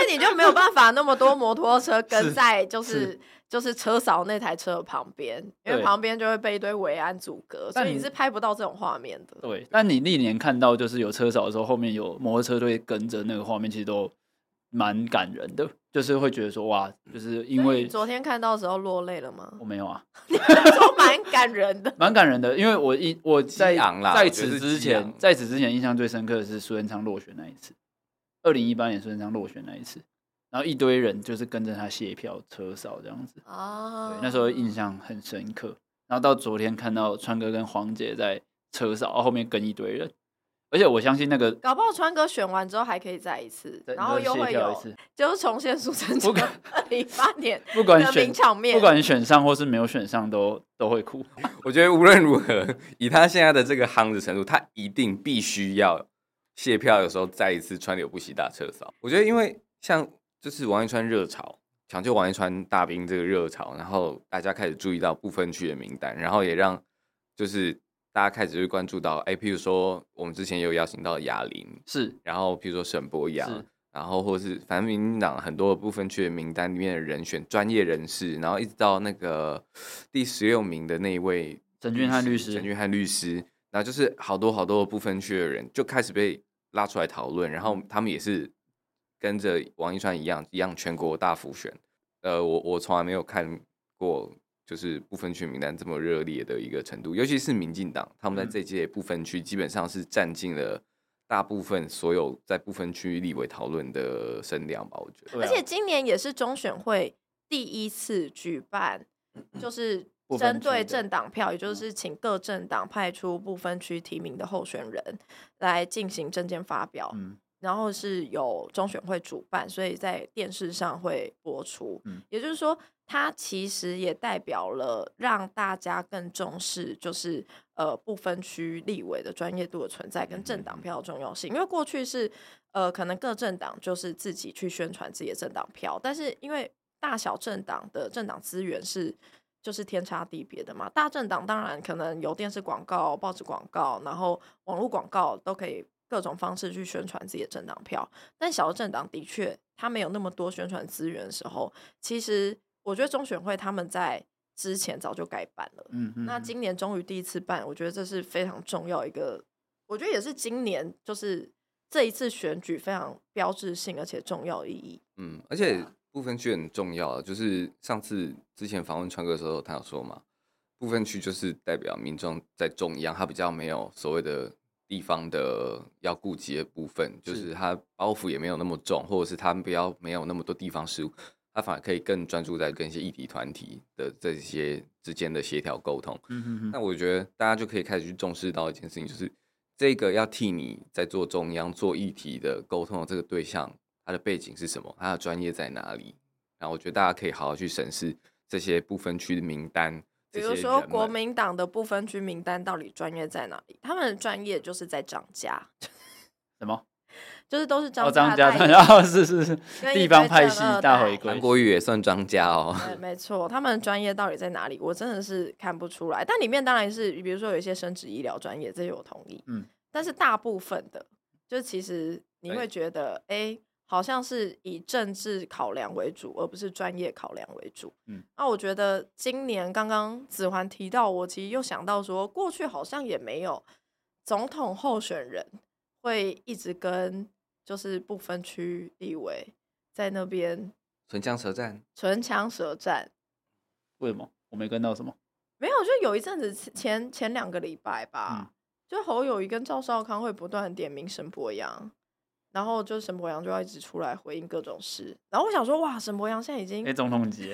为你就没有办法那么多摩托车跟在就是车扫那台车的旁边，因为旁边就会被一堆维安阻隔，所以你是拍不到这种画面的。 对，但你历年看到就是有车扫的时候，后面有摩托车队跟着那个画面，其实都蛮感人的，就是会觉得说哇，就是因为昨天看到的时候落泪了吗？ 我没有啊， 说蛮感人的， 蛮感人的，因为我在此之前印象最深刻的是苏贞昌落选那一次，2018年苏贞昌落选那一次，然后一堆人就是跟着他谢票车扫这样子啊，对，那时候印象很深刻。然后到昨天看到川哥跟黄姐在车扫，后面跟一堆人。而且我相信那个， 搞不好川哥选完之后还可以再一次，然后又会有就是重现苏贞昌2018年的名场面， 不管选上或是没有选上都会哭。 我觉得无论如何，以他现在的这个夯的程度，他一定必须要谢票的时候再一次川流不息大车扫。我觉得因为像就是王一川热潮，抢救王一川大兵这个热潮，然后大家开始注意到不分区的名单，然后也让就是大家开始会关注到，譬如说我们之前也有邀请到雅玲， 是， 然后譬如说沈博阳，然后或是反正民进党很多不分区的名单里面的人选专业人士，然后一直到那个第16名的那一位陈俊翰律师， 然后就是好多不分区的人就开始被拉出来讨论，然后他们也是跟着王一川一样全国大辅选，我从来没有看过就是不分区名单这么热烈的一个程度，尤其是民进党，他们在这届不分区基本上是占尽了大部分所有在不分区立委讨论的声量吧，我觉得。 而且今年也是中选会第一次举办，就是针对政党票，也就是请各政党派出不分区提名的候选人来进行政见发表。然后是由中选会主办，所以在电视上会播出。也就是说，它其实也代表了让大家更重视，就是不分区立委的专业度的存在跟政党票的重要性。因为过去是可能各政党就是自己去宣传自己的政党票，但是因为大小政党的政党资源就是天差地别的嘛。大政党当然可能有电视广告、报纸广告，然后网络广告都可以各种方式去宣传自己的政党票，但小的政党的确他没有那么多宣传资源的时候，其实我觉得中选会他们在之前早就该办了。那今年终于第一次办，我觉得这是非常重要一个，我觉得也是今年就是这一次选举非常标志性而且重要的意义。 而且不分区很重要，就是之前访问川哥的时候，他有说嘛，不分区就是代表民众在中央，他比较没有所谓的地方的要顾及的部分，就是他包袱也没有那么重，或者是他没有那么多地方事务，他反而可以更专注在跟一些议题团体的这些之间的协调沟通。那我觉得大家就可以开始去重视到一件事情，就是这个要替你在做中央做议题的沟通的这个对象，他的背景是什么，他的专业在哪里。然后我觉得大家可以好好去审视这些不分区的名单， 比如说国民党的不分区名单到底专业在哪里？他们的专业就是在张家， 什么？ 就是都是张家，是地方派系大回归。 韩国瑜也算张家哦。 对，没错，他们的专业到底在哪里？我真的是看不出来。但里面当然是，比如说有一些生殖医疗专业，这些我同意。但是大部分的，就其实你会觉得，好像是以政治考量为主，而不是专业考量为主。那我觉得今年刚刚子桓提到，我其实又想到说，过去好像也没有总统候选人会一直跟就是不分区立委在那边唇枪舌战。 为什么？我没跟到什么？ 没有，就有一阵子前2个礼拜吧，就侯友宜跟赵少康会不断点名沈伯洋。然后就沈伯洋就要一直出来回应各种事，然后我想说，哇，沈伯洋现在已经总统级，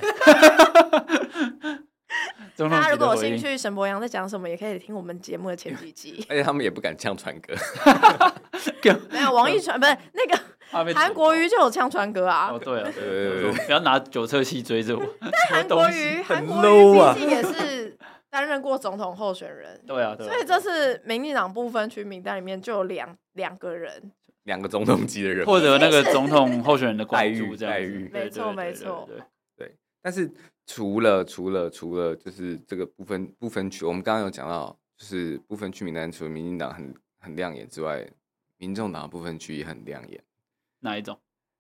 大家如果有兴趣，沈伯洋在讲什么，也可以听我们节目的前几集。 而且他们也不敢呛川哥， 没有王一川不是那个韩国瑜就有呛川哥啊。 对啊，不要拿酒测器追着我。 但韩国瑜毕竟也是担任过总统候选人， 对啊， 所以这次民进党不分区名单里面就有两个人。 2个总统级的人， 或者那个总统候选人的关注这样子， 没错没错， 对。但是除了就是这个不分区，我们刚刚有讲到，就是不分区名单除了民进党很亮眼之外，民众党的不分区也很亮眼。 哪一种？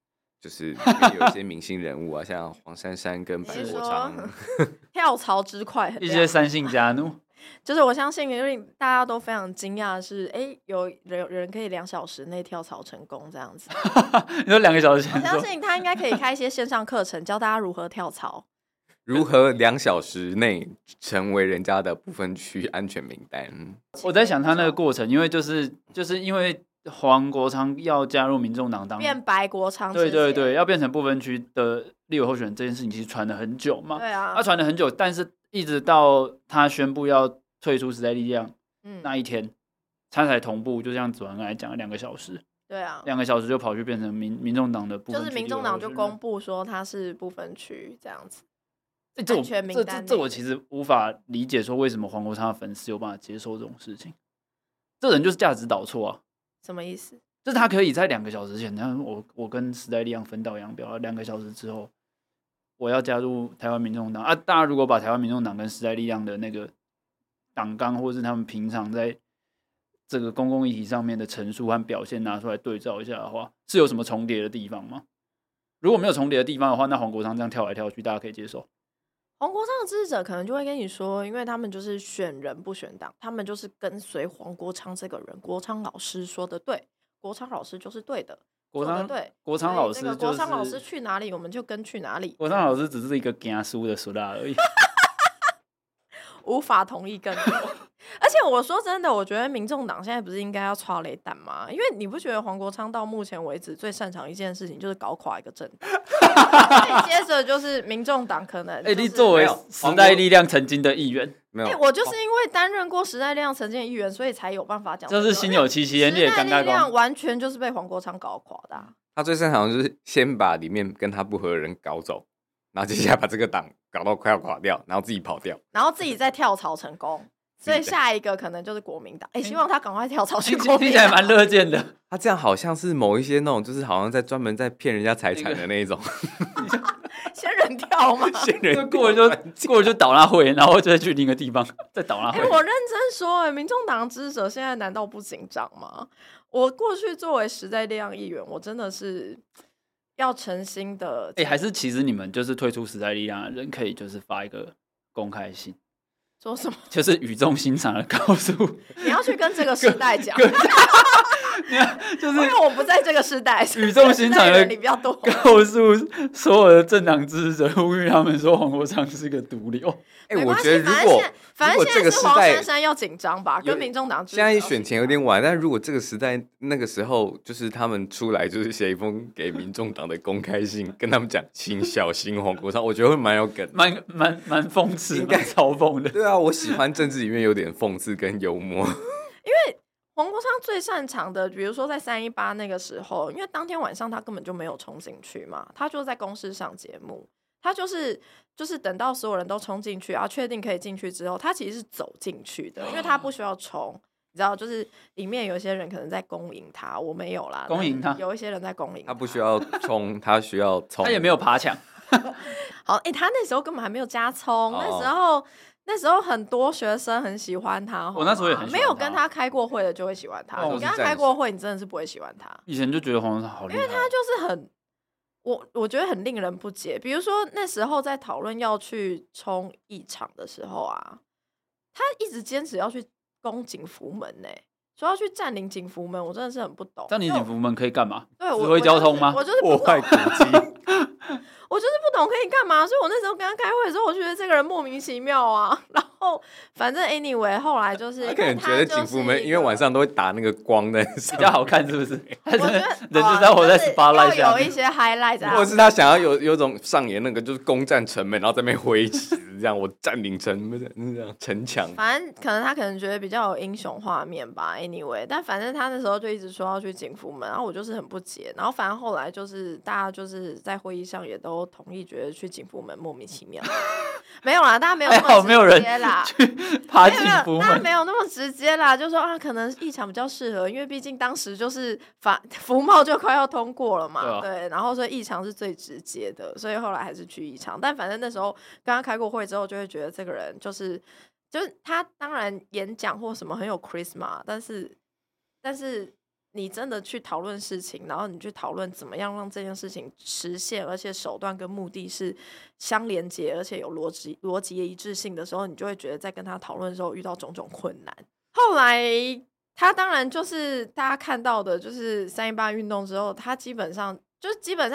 就是里面有一些明星人物啊，像黄珊珊跟白国昌， 跳槽之快很一些三姓家奴。 就是我相信，因为大家都非常惊讶的是，有人可以2小时内跳槽成功这样子。 你说2个小时前， 我相信他应该可以开一些线上课程，教大家如何跳槽， 如何2小时内成为人家的不分区安全名单。 我在想他那个过程，因为就是因为黄国昌要加入民众党当变白国昌， 对，要变成不分区的立委候选人这件事情，其实传了很久嘛。 对啊， 他传了很久，但是一直到他宣布要退出时代力量那一天，他才同步，就像子涵刚才讲的2个小时。 对啊 ，2个小时就跑去变成民众党的不分区， 就是民众党就公布说他是不分区这样子。 安全名单这我其实无法理解，说为什么黄国昌的粉丝有办法接受这种事情。这人就是价值导错啊！ 什么意思？ 就是他可以在2个小时前，我跟时代力量分道扬镳，2个小时之后，我要加入台湾民众党啊！大家如果把台湾民众党跟时代力量的那个党纲，或是他们平常在这个公共议题上面的陈述和表现拿出来对照一下的话，是有什么重叠的地方吗？如果没有重叠的地方的话，那黄国昌这样跳来跳去，大家可以接受。 黄国昌的支持者可能就会跟你说，因为他们就是选人不选党，他们就是跟随黄国昌这个人。国昌老师说的对，国昌老师就是对的， 国昌老师、 国昌老师去哪里，我们就跟去哪里。 国昌老师只是一个行书的苏拉而已， 无法同意更多。而且我说真的，我觉得民众党现在不是应该要抓雷弹吗？因为你不觉得黄国昌到目前为止最擅长一件事情就是搞垮一个政党，接着就是民众党可能、 你作为时代力量曾经的议员， 没有， 我就是因为担任过时代力量曾经的议员，所以才有办法讲。 就是心有戚戚焉，你也尴尬。 时代力量完全就是被黄国昌搞垮的、啊。 他最擅长的就是先把里面跟他不合的人搞走，然后接下来把这个党搞到快要垮掉，然后自己跑掉， 然后自己再跳槽成功。所以下一个可能就是国民党，希望他赶快跳槽去国民党。 听起来蛮乐见的。 他这样好像是某一些那种，就是好像在专门在骗人家财产的那一种。 仙人跳吗？ 仙人过了就倒那会，然后再去另一个地方再倒那会。 我认真说，民众党支持者现在难道不紧张吗？我过去作为时代力量议员，我真的是要诚心的。 还是其实你们就是退出时代力量的人，可以就是发一个公开信。 说什么？ 就是语重心长的告诉你要去跟这个时代讲， 就是因为我不在这个时代， 语重心长的你比较多， 告诉所有的政党支持者，呼吁他们说黄国昌是个毒瘤。 我觉得如果现在是黄珊珊要紧张吧，跟民众党现在选前有点晚，但如果这个时代那个时候就是他们出来就是写一封给民众党的公开信，跟他们讲请小心黄国昌，我觉得会蛮有梗， 蛮讽刺，应该嘲讽的。 对啊，我喜欢政治里面有点讽刺跟幽默，因为黄国昌最擅长的，比如说在318那个时候，因为当天晚上他根本就没有冲进去嘛，他就在公视上节目，他就是等到所有人都冲进去，然后确定可以进去之后，他其实是走进去的，因为他不需要冲，你知道，就是里面有些人可能在恭迎他，我没有啦， 恭迎他， 有一些人在恭迎他不需要冲，他需要冲， 他也没有爬墙。 好，他那时候根本还没有加葱，那时候很多学生很喜欢他， 我那时候也很喜欢他， 没有跟他开过会的就会喜欢他，你跟他开过会，你真的是不会喜欢他。 以前就觉得黄国昌好厉害， 因为他就是很，我觉得很令人不解。比如说那时候在讨论要去冲议场的时候啊，他一直坚持要去攻景福门呢、说要去占领景福门，我真的是很不懂。 占领景福门可以干嘛？ 对， 指挥交通吗？ 我就是破坏古迹。 我就是不懂可以干嘛，所以我那时候跟他开会的时候，我觉得这个人莫名其妙啊。然后反正 anyway 后来就是他可能觉得景福门因为晚上都会打那个光在比较好看，是不是？ 我觉得人就是要活在 spotlight 下， 有一些 highlight 啊， 或者是他想要有种上演那个就是攻占城门，然后在那边挥旗这样，我占领城墙。 反正他可能觉得比较有英雄画面吧。anyway， 但反正他那时候就一直说要去景福门，然后我就是很不解。然后反正后来就是大家就是在会议上也都同意，觉得去景福门莫名其妙。没有啦，大家没有那么直接啦， 去爬景福门， 大家没有那么直接啦，就说啊，可能议场比较适合，因为毕竟当时就是服贸就快要通过了嘛，对，然后所以议场是最直接的，所以后来还是去议场。但反正那时候跟他开过会之后，就会觉得这个人就是他当然演讲或什么很有 charisma，但是你真的去讨论事情，然后你去讨论怎么样让这件事情实现，而且手段跟目的是相连接，而且有逻辑的一致性的时候，你就会觉得在跟他讨论的时候遇到种种困难。后来他当然就是大家看到的，就是318运动之后，他基本上这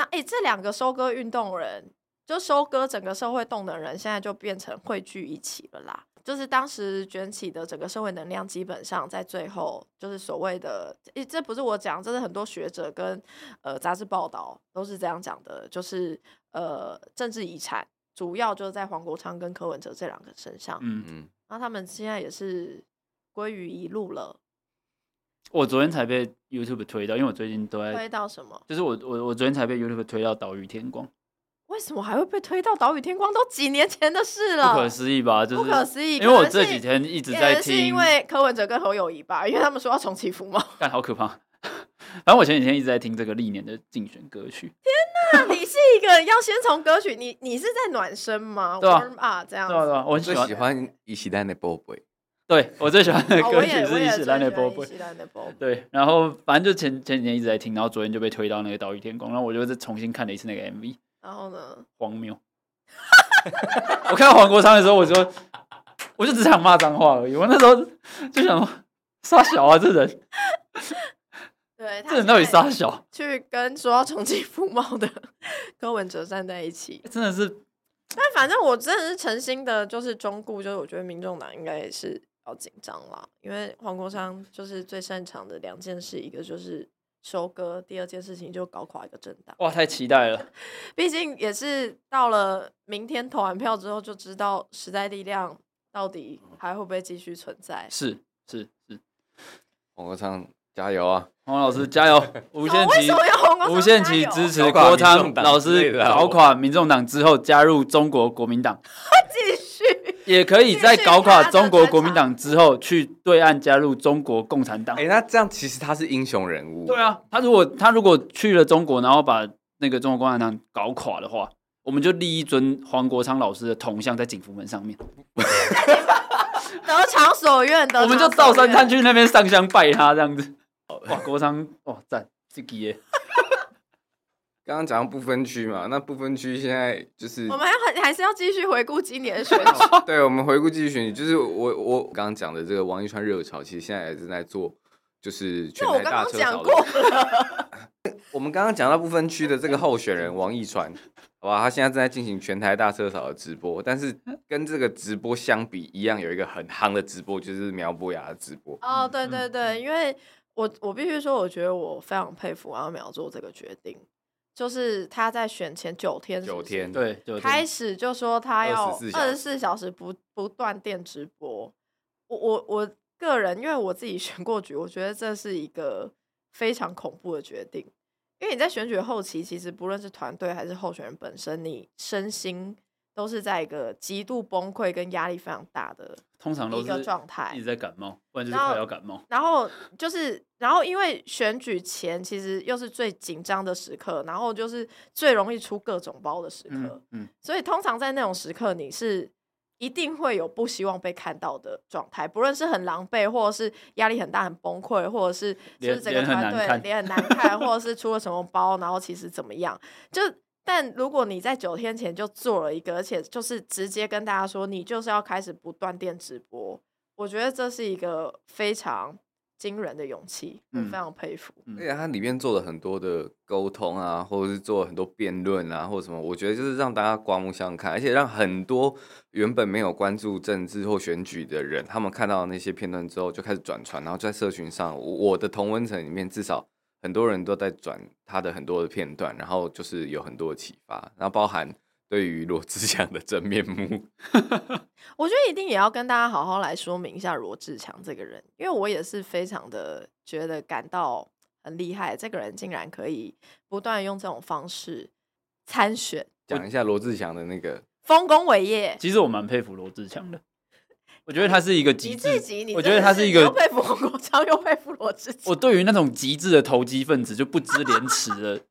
2个收割运动人，就收割整个社会动能人，现在就变成汇聚一起了啦。就是当时卷起的整个社会能量，基本上在最后就是所谓的，这不是我讲，这是很多学者跟杂志报道都是这样讲的，就是政治遗产主要就是在黄国昌跟柯文哲这2个身上，然后他们现在也是归于一路了。 我昨天才被 YouTube 推到，因为我最近都在推到什么？ 就是我昨天才被 YouTube 推到岛屿天光。 为什么还会被推到岛屿天光？都几年前的事了， 不可思议吧？就是不可思议。 因为我这几天一直在听， 是因为柯文哲跟侯友宜吧，因为他们说要重启服贸， 干好可怕。反正我前几天一直在听这个历年的竞选歌曲。 天哪，你是一个要先从歌曲，你是在暖身吗？ 对啊 ，warm up 这样子。 对啊，我很最喜欢伊西丹的宝贝。 对，我最喜欢的歌曲是伊西兰的宝贝。对，然后反正就前几天一直在听，然后昨天就被推到那个岛屿天光，然后我就再重新看了一次那个 MV。 然后呢？ 荒谬！我看到黄国昌的时候，我就只想骂脏话而已。我那时候就想说，傻小啊，这人。 对， 这人到底傻小？ 去跟说要重启服贸的柯文哲站在一起， 真的是。 但反正我真的是诚心的，就是中顾，就是我觉得民众党应该也是要紧张啦，因为黄国昌就是最擅长的2件事，一个就是收割，第2件事情就搞垮一个政党。 哇，太期待了！ 毕竟也是到了明天投完票之后，就知道时代力量到底还会不会继续存在。 是， 黄国昌加油啊！ 黄老师加油！无限期支持国昌老师搞垮民众党之后，加入中国国民党。 继续， 也可以在搞垮中国国民党之后，去对岸加入中国共产党。 那这样其实他是英雄人物。 对啊，他如果去了中国，然后把那个中国共产党搞垮的话，我们就立一尊黄国昌老师的铜像在景福门上面。 得偿所愿的， 我们就到山滩去那边上香拜他，这样子。哇，国昌哇赞，这个耶！ 刚刚讲到不分区嘛，那不分区现在就是我们还是要继续回顾今年的选举。 对，我们回顾继续选举，就是我刚刚讲的这个王一川热潮，其实现在也正在做，就是全台大车潮的。我们刚刚讲到不分区的这个候选人王一川，好吧，他现在正在进行全台大车潮的直播，但是跟这个直播相比，一样有一个很夯的直播，就是苗博雅的直播。 哦，对对对，因为我必须说，我觉得我非常佩服阿苗做这个决定。就是他在选前9天是不是， 9天， 对，9天开始就说他要24小时不断电直播。我个人，因为我自己选过举，我觉得这是一个非常恐怖的决定。因为你在选举后期，其实不论是团队还是候选人本身，你身心都是在一个极度崩溃跟压力非常大的通常都一个状态， 一直在感冒，不然就是快要感冒。 然后因为选举前其实又是最紧张的时刻，然后就是最容易出各种包的时刻，所以通常在那种时刻，你是一定会有不希望被看到的状态，不论是很狼狈，或者是压力很大、很崩溃，或者是就是整个团队脸很难看，或者是出了什么包，然后其实怎么样，但如果你在9天前就做了一个，而且就是直接跟大家说你就是要开始不断电直播，我觉得这是一个非常惊人的勇气，我非常佩服。 而且它里面做了很多的沟通啊，或者是做了很多辩论啊，或者什么，我觉得就是让大家刮目相看，而且让很多原本没有关注政治或选举的人，他们看到那些片段之后就开始转传，然后就在社群上，我的同温层里面至少很多人都在转他的很多的片段，然后就是有很多的启发，然后包含对于罗志祥的真面目。 我觉得一定也要跟大家好好来说明一下罗志祥这个人，因为我也是非常的觉得感到很厉害，这个人竟然可以不断用这种方式参选。 讲一下罗志祥的那个丰功伟业。 其实我蛮佩服罗志祥的，我觉得他是一个极致。 我觉得他是一个又佩服黄国昌又佩服罗志祥。 我对于那种极致的投机分子就不知廉耻的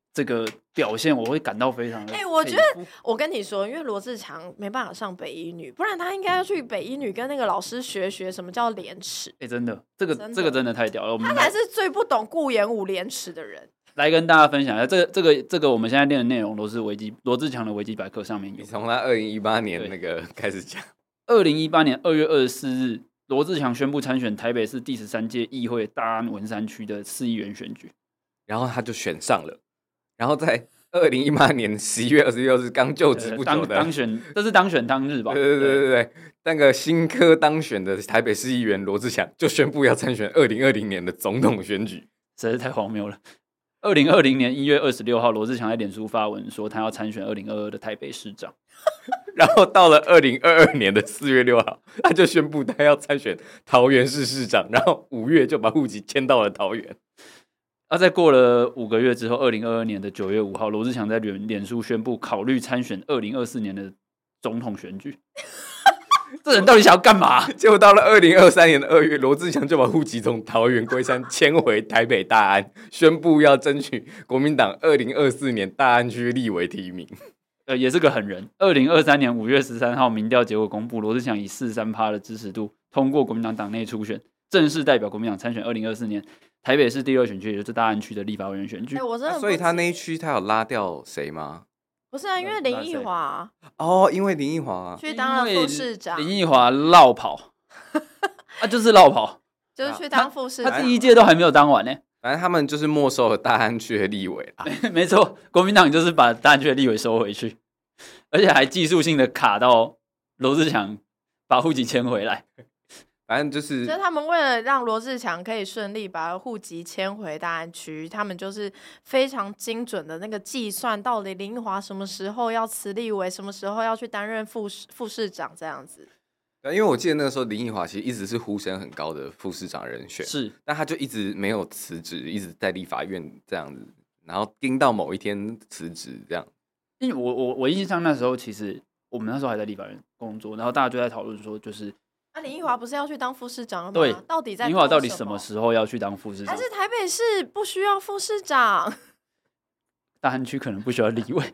这个表现，我会感到非常的我觉得我跟你说，因为罗志强没办法上北一女，不然他应该要去北一女跟那个老师学什么叫廉耻。 真的，这个真的太屌了， 他才是最不懂顾炎武廉耻的人。 来跟大家分享一下，这个我们现在练的内容都是罗志强的维基百科上面有。 你从他2018年那个开始讲。 2018年2月24日，罗志强宣布参选台北市第13届议会大安文山区的市议员选举， 然后他就选上了。然后在2018年11月26日刚就职不久的当选，这是当选当日吧？ 对，那个新科当选的台北市议员罗志强就宣布要参选2020年的总统选举， 实在是太荒谬了。2020年1月26号，罗志强在脸书发文说他要参选2022的台北市长。 然后到了2022年的4月6号，他就宣布他要参选桃园市市长，然后5月就把户籍迁到了桃园。 在过了5个月之后，2022年的9月5号，罗志强在脸书宣布考虑参选2024年的总统选举。这人到底想要干嘛？ 结果到了2023年的2月，罗志强就把户籍从桃园龟山迁回台北大安，宣布要争取国民党2024年大安区立委提名。 也是个狠人。2023年5月13号，民调结果公布，罗志强以43%的支持度通过国民党党内初选，正式代表国民党参选2024年台北市第2选区，也就是大安区的立法委员选举。 所以他那一区他有拉掉谁吗？ 不是啊，因为林奕华因为林奕华去当了副市长， 林奕华落跑，就是落跑， 就是去当副市长， 他第1届都还没有当完呢。 反正他们就是没收了大安区的立委啦。 没错，国民党就是把大安区的立委收回去，而且还技术性的卡到罗志强把户籍迁回来。 反正就是， 所以他们为了让罗志强可以顺利把户籍迁回大安区，他们就是非常精准的那个计算，到底林奕华什么时候要辞立委，什么时候要去担任副市长这样子。 因为我记得那个时候林奕华其实一直是呼声很高的副市长人选， 是， 但他就一直没有辞职，一直在立法院这样子，然后盯到某一天辞职这样。 因为我印象那时候其实我们那时候还在立法院工作，然后大家就在讨论说，就是林奕华不是要去当副市长了吗？ 对， 到底在林奕华到底什么时候要去当副市长？ 还是台北市不需要副市长？ 大安区可能不需要立委。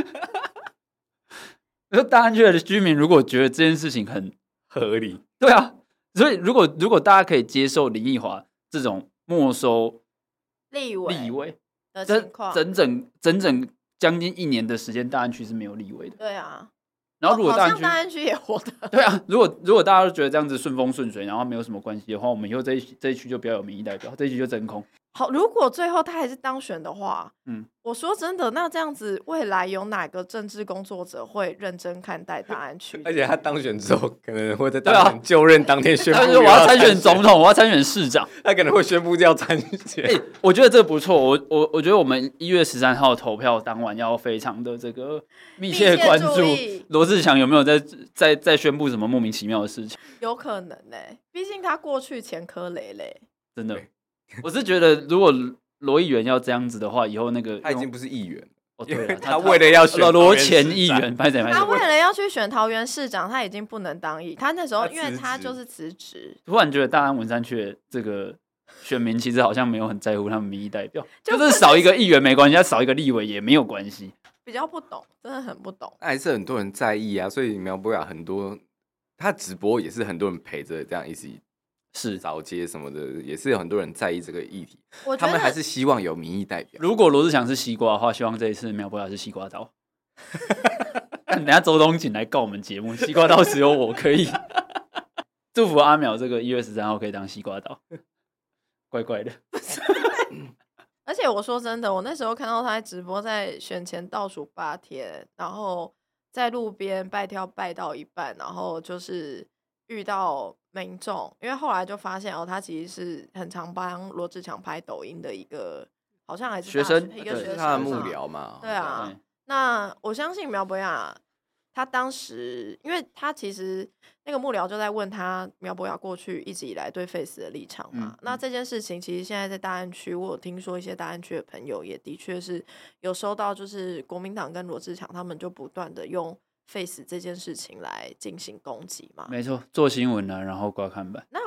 大安区的居民如果觉得这件事情很合理，对啊，所以如果大家可以接受林奕华这种没收立委的情况， 整整将近1年的时间，大安区是没有立委的。 对啊， 然后如果大安区也活的， 对啊，如果大家都觉得这样子顺风顺水，然后没有什么关系的话，我们以后这一区就不要有民意代表，这一区就真空。 好，如果最后他还是当选的话，我说真的，那这样子未来有哪个政治工作者会认真看待大安区？ 而且他当选之后，可能会在当选就任当天宣布我要参选总统，我要参选市长， 他可能会宣布要参选。 我觉得这不错，我觉得我们1月13号投票当晚要非常的这个密切关注罗志强有没有在宣布什么莫名其妙的事情。 有可能毕竟他过去前科累累， 真的。我是觉得，如果罗议员要这样子的话，以后那个他已经不是议员对了， 他为了要选罗前议员， 他为了要去选桃园市长，他已经不能当议。他那时候因为他就是辞职， 突然觉得大安文山区的这个选民其实好像没有很在乎他们民意代表，就是少一个议员没关系，少一个立委也没有关系。 比较不懂，真的很不懂。 还是很多人在意啊，所以苗博雅很多他直播也是很多人陪着这样一起。 是早街什么的，也是有很多人在意这个议题。他们还是希望有民意代表。 如果罗志祥是西瓜的话，希望这一次苗博雅是西瓜刀。等下周东锦来告我们节目，西瓜刀只有我可以。祝福阿苗这个1月13号可以当西瓜刀，怪怪的。 而且我说真的，我那时候看到他在直播，在选前倒数8天，然后在路边拜跳拜到一半，然后就是遇到民众，因为后来就发现他其实是很常帮罗志强拍抖音的一个，好像还是学生， 一个学生， 他的幕僚嘛。 对啊，那我相信苗博雅他当时，因为他其实那个幕僚就在问他苗博雅过去一直以来对 Face 的立场嘛。那这件事情其实现在在大安区，我有听说一些大安区的朋友也的确是有收到，就是国民党跟罗志强他们就不断的用Face 这件事情来进行攻击嘛。 没错，做新闻啊，然后挂看板。 那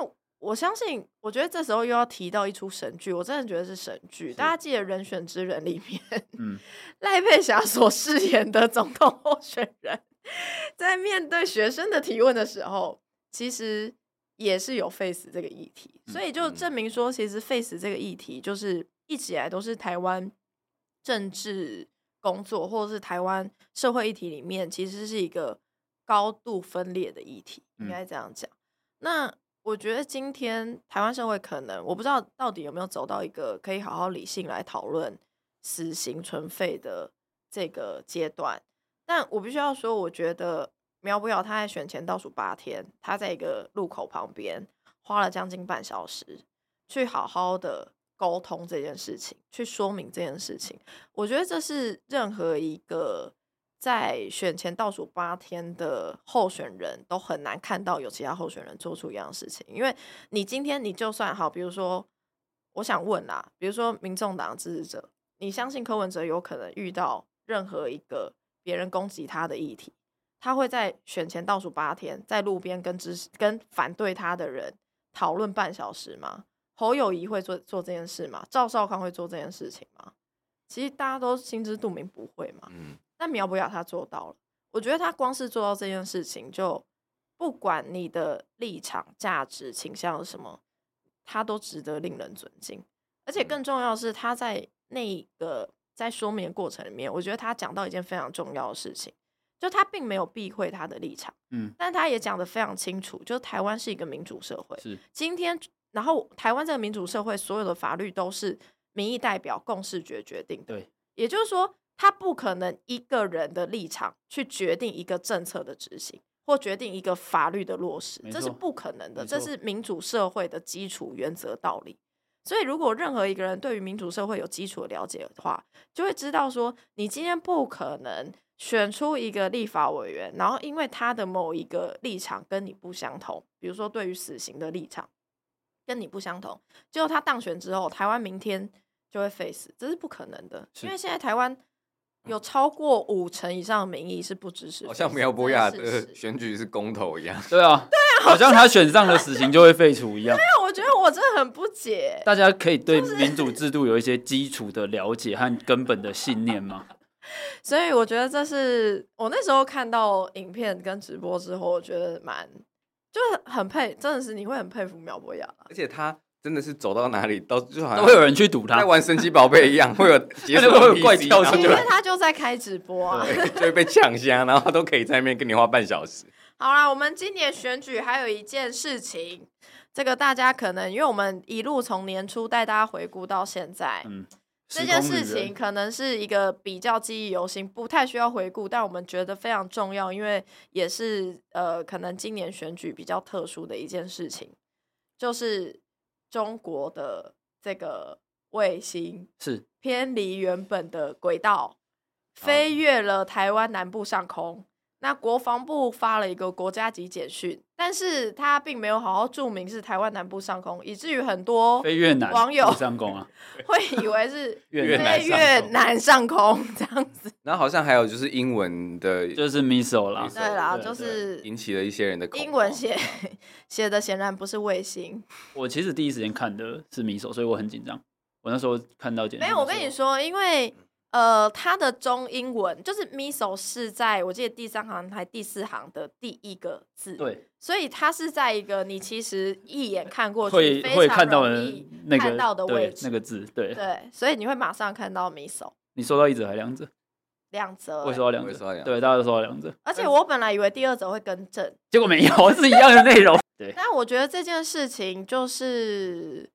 我相信，我觉得这时候又要提到一出神剧，我真的觉得是神剧。大家记得《人选之人》里面，赖佩霞所饰演的总统候选人，在面对学生的提问的时候，其实也是有 face 这个议题，所以就证明说，其实 face 这个议题就是一直以来都是台湾政治工作或者是台湾社会议题里面，其实是一个高度分裂的议题，应该这样讲。那我觉得今天台湾社会可能，我不知道到底有没有走到一个可以好好理性来讨论死刑存废的这个阶段，但我必须要说，我觉得苗博雅他在选前倒数8天，他在一个路口旁边花了将近半小时去好好的沟通这件事情，去说明这件事情。我觉得这是任何一个在选前倒数8天的候选人都很难看到有其他候选人做出一样的事情。因为你今天你就算好，比如说我想问啦，比如说民众党支持者，你相信柯文哲有可能遇到任何一个别人攻击他的议题，他会在选前倒数8天在路边跟反对他的人讨论半小时吗？侯友宜会做这件事吗？赵少康会做这件事情吗？其实大家都心知肚明不会嘛。但苗博雅他做到了，我觉得他光是做到这件事情，就不管你的立场、价值、倾向是什么，他都值得令人尊敬。而且更重要的是，他在那个在说明的过程里面，我觉得他讲到一件非常重要的事情，就他并没有避讳他的立场，但他也讲得非常清楚，就是台湾是一个民主社会，今天，然后台湾这个民主社会所有的法律都是民意代表共识决定的，对，也就是说，他不可能一个人的立场去决定一个政策的执行，或决定一个法律的落实，这是不可能的，这是民主社会的基础原则道理。所以如果任何一个人对于民主社会有基础的了解的话，就会知道说，你今天不可能选出一个立法委员，然后因为他的某一个立场跟你不相同，比如说对于死刑的立场跟你不相同，结果他当选之后，台湾明天就会废死，这是不可能的。因为现在台湾有超过50%以上的民意是不支持， 好像苗博雅的选举是公投一样。 对啊，好像他选上了死刑就会废除一样。 对啊，我觉得我真的很不解。 大家可以对民主制度有一些基础的了解和根本的信念吗？ 所以我觉得这是我那时候看到影片跟直播之后，我觉得就是很真的是你会很佩服苗博雅， 而且他真的是走到哪里都好像都会有人去堵他， 在玩神奇宝贝一样，会有解锁会有怪跳出来， 因为他就在开直播啊， 就会被抢虾，然后都可以在那边跟你花半小时。 好啦，我们今年选举还有一件事情，这个大家可能因为我们一路从年初带大家回顾到现在，这件事情可能是一个比较记忆犹新，不太需要回顾，但我们觉得非常重要，因为也是可能今年选举比较特殊的一件事情，就是中国的这个卫星是偏离原本的轨道，飞越了台湾南部上空。那国防部发了一个国家级简讯，但是他并没有好好注明是台湾南部上空，以至于很多网友上空啊， 会以为是越南上空这样子。 然后好像还有就是英文的， 就是 missile 啦， 对啦，就是引起了一些人的恐慌。 英文写的显然不是卫星。 我其实第一时间看的是 missile， 所以我很紧张。我那时候看到简讯， 没有，我跟你说，因为它的中英文就是 missile 是在我记得第3行还第4行的第一个字， 对， 所以它是在一个你其实一眼看过去会看到看到的位置， 那个字，对， 所以你会马上看到 missile。 你收到1则还2则 ？2则， 我收到2则，对，大家都收到2则。 而且我本来以为第2则会更正， 结果没有，是一样的内容。对， 但我觉得这件事情就是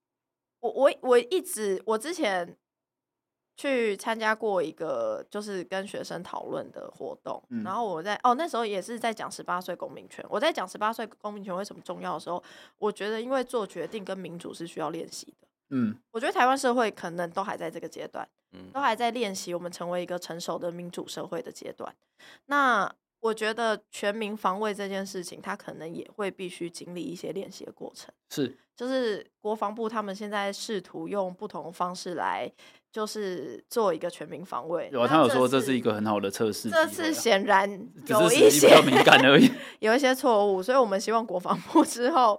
我之前去参加过一个就是跟学生讨论的活动，然后我那时候也是在讲18岁公民权。我在讲18岁公民权为什么重要的时候，我觉得因为做决定跟民主是需要练习的。我觉得台湾社会可能都还在这个阶段，都还在练习我们成为一个成熟的民主社会的阶段。那我觉得全民防卫这件事情，它可能也会必须经历一些练习的过程。就是国防部他们现在试图用不同的方式来，就是做一个全民防卫。 他有说这是一个很好的测试。 这次显然有一些比较敏感而已， 有一些错误，所以我们希望国防部之后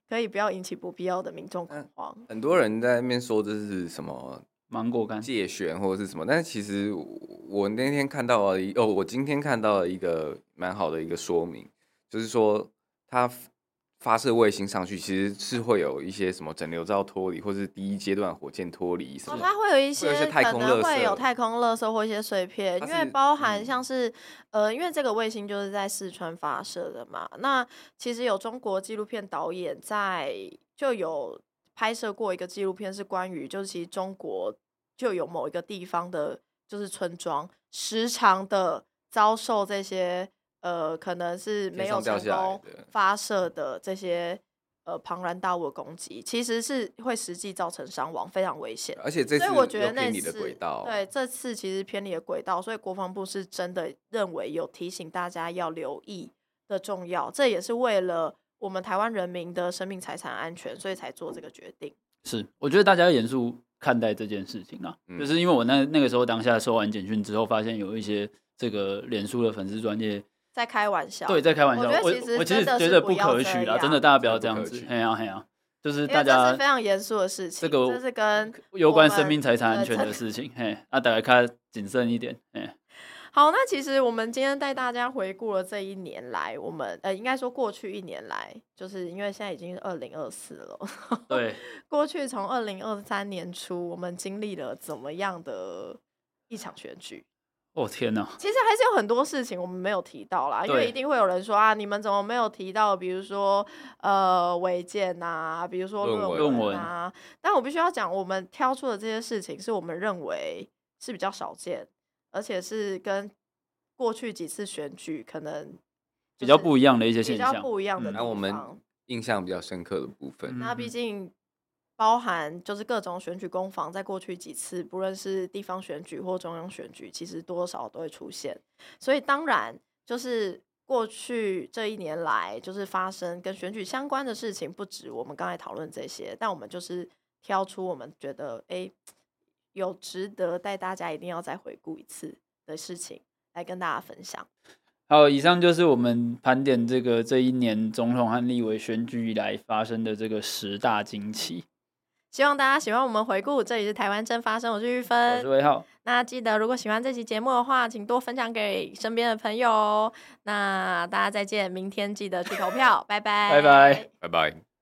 可以不要引起不必要的民众恐慌。 很多人在那边说这是什么芒果干介选或者是什么，但是其实我那天看到了我今天看到了一个蛮好的一个说明，就是说它发射卫星上去，其实是会有一些什么整流罩脱离，或是第一阶段火箭脱离什么。 它会有一些太空垃圾， 可能会有太空垃圾或一些碎片，因为包含像是因为这个卫星就是在四川发射的嘛。那其实有中国纪录片导演就有拍摄过一个纪录片，是关于就是其实中国就有某一个地方的，就是村庄时常的遭受这些。可能是没有成功发射的这些庞然大物的攻击，其实是会实际造成伤亡，非常危险。 而且这次我觉得偏离的轨道， 对，这次其实偏离了轨道，所以国防部是真的认为有提醒大家要留意的重要，这也是为了我们台湾人民的生命财产安全，所以才做这个决定。 是，我觉得大家要严肃看待这件事情啊，就是因为我那个时候当下收完简讯之后，发现有一些这个脸书的粉丝专页。 在开玩笑， 对，在开玩笑。我其实觉得不可取啦，真的，大家不要这样子。嘿呀，就是大家这是非常严肃的事情，这是跟有关生命财产安全的事情。嘿，大家看谨慎一点。嘿， 好，那其实我们今天带大家回顾了这一年来，我们应该说过去一年来，就是因为现在已经是2024了。 对， 过去从2023年初，我们经历了怎么样的一场选举？ 哦天哪！ 其实还是有很多事情我们没有提到啦，因为一定会有人说啊，你们怎么没有提到，比如说违建啊，比如说论文啊。但我必须要讲，我们挑出的这些事情，是我们认为是比较少见，而且是跟过去几次选举可能比较不一样的一些现象， 比较不一样的地方。 我们印象比较深刻的部分， 那毕竟。包含就是各种选举攻防，在过去几次，不论是地方选举或中央选举，其实多少都会出现。所以当然，就是过去这一年来，就是发生跟选举相关的事情，不止我们刚才讨论这些，但我们就是挑出我们觉得有值得带大家一定要再回顾一次的事情来跟大家分享。 好，以上就是我们盘点这一年总统和立委选举以来发生的这个10大惊奇。 希望大家喜欢我们回顾，这里是台湾正发生，我是玉芬， 我是魏浩。 那记得如果喜欢这期节目的话，请多分享给身边的朋友哦。那大家再见，明天记得去投票，拜拜， 拜拜。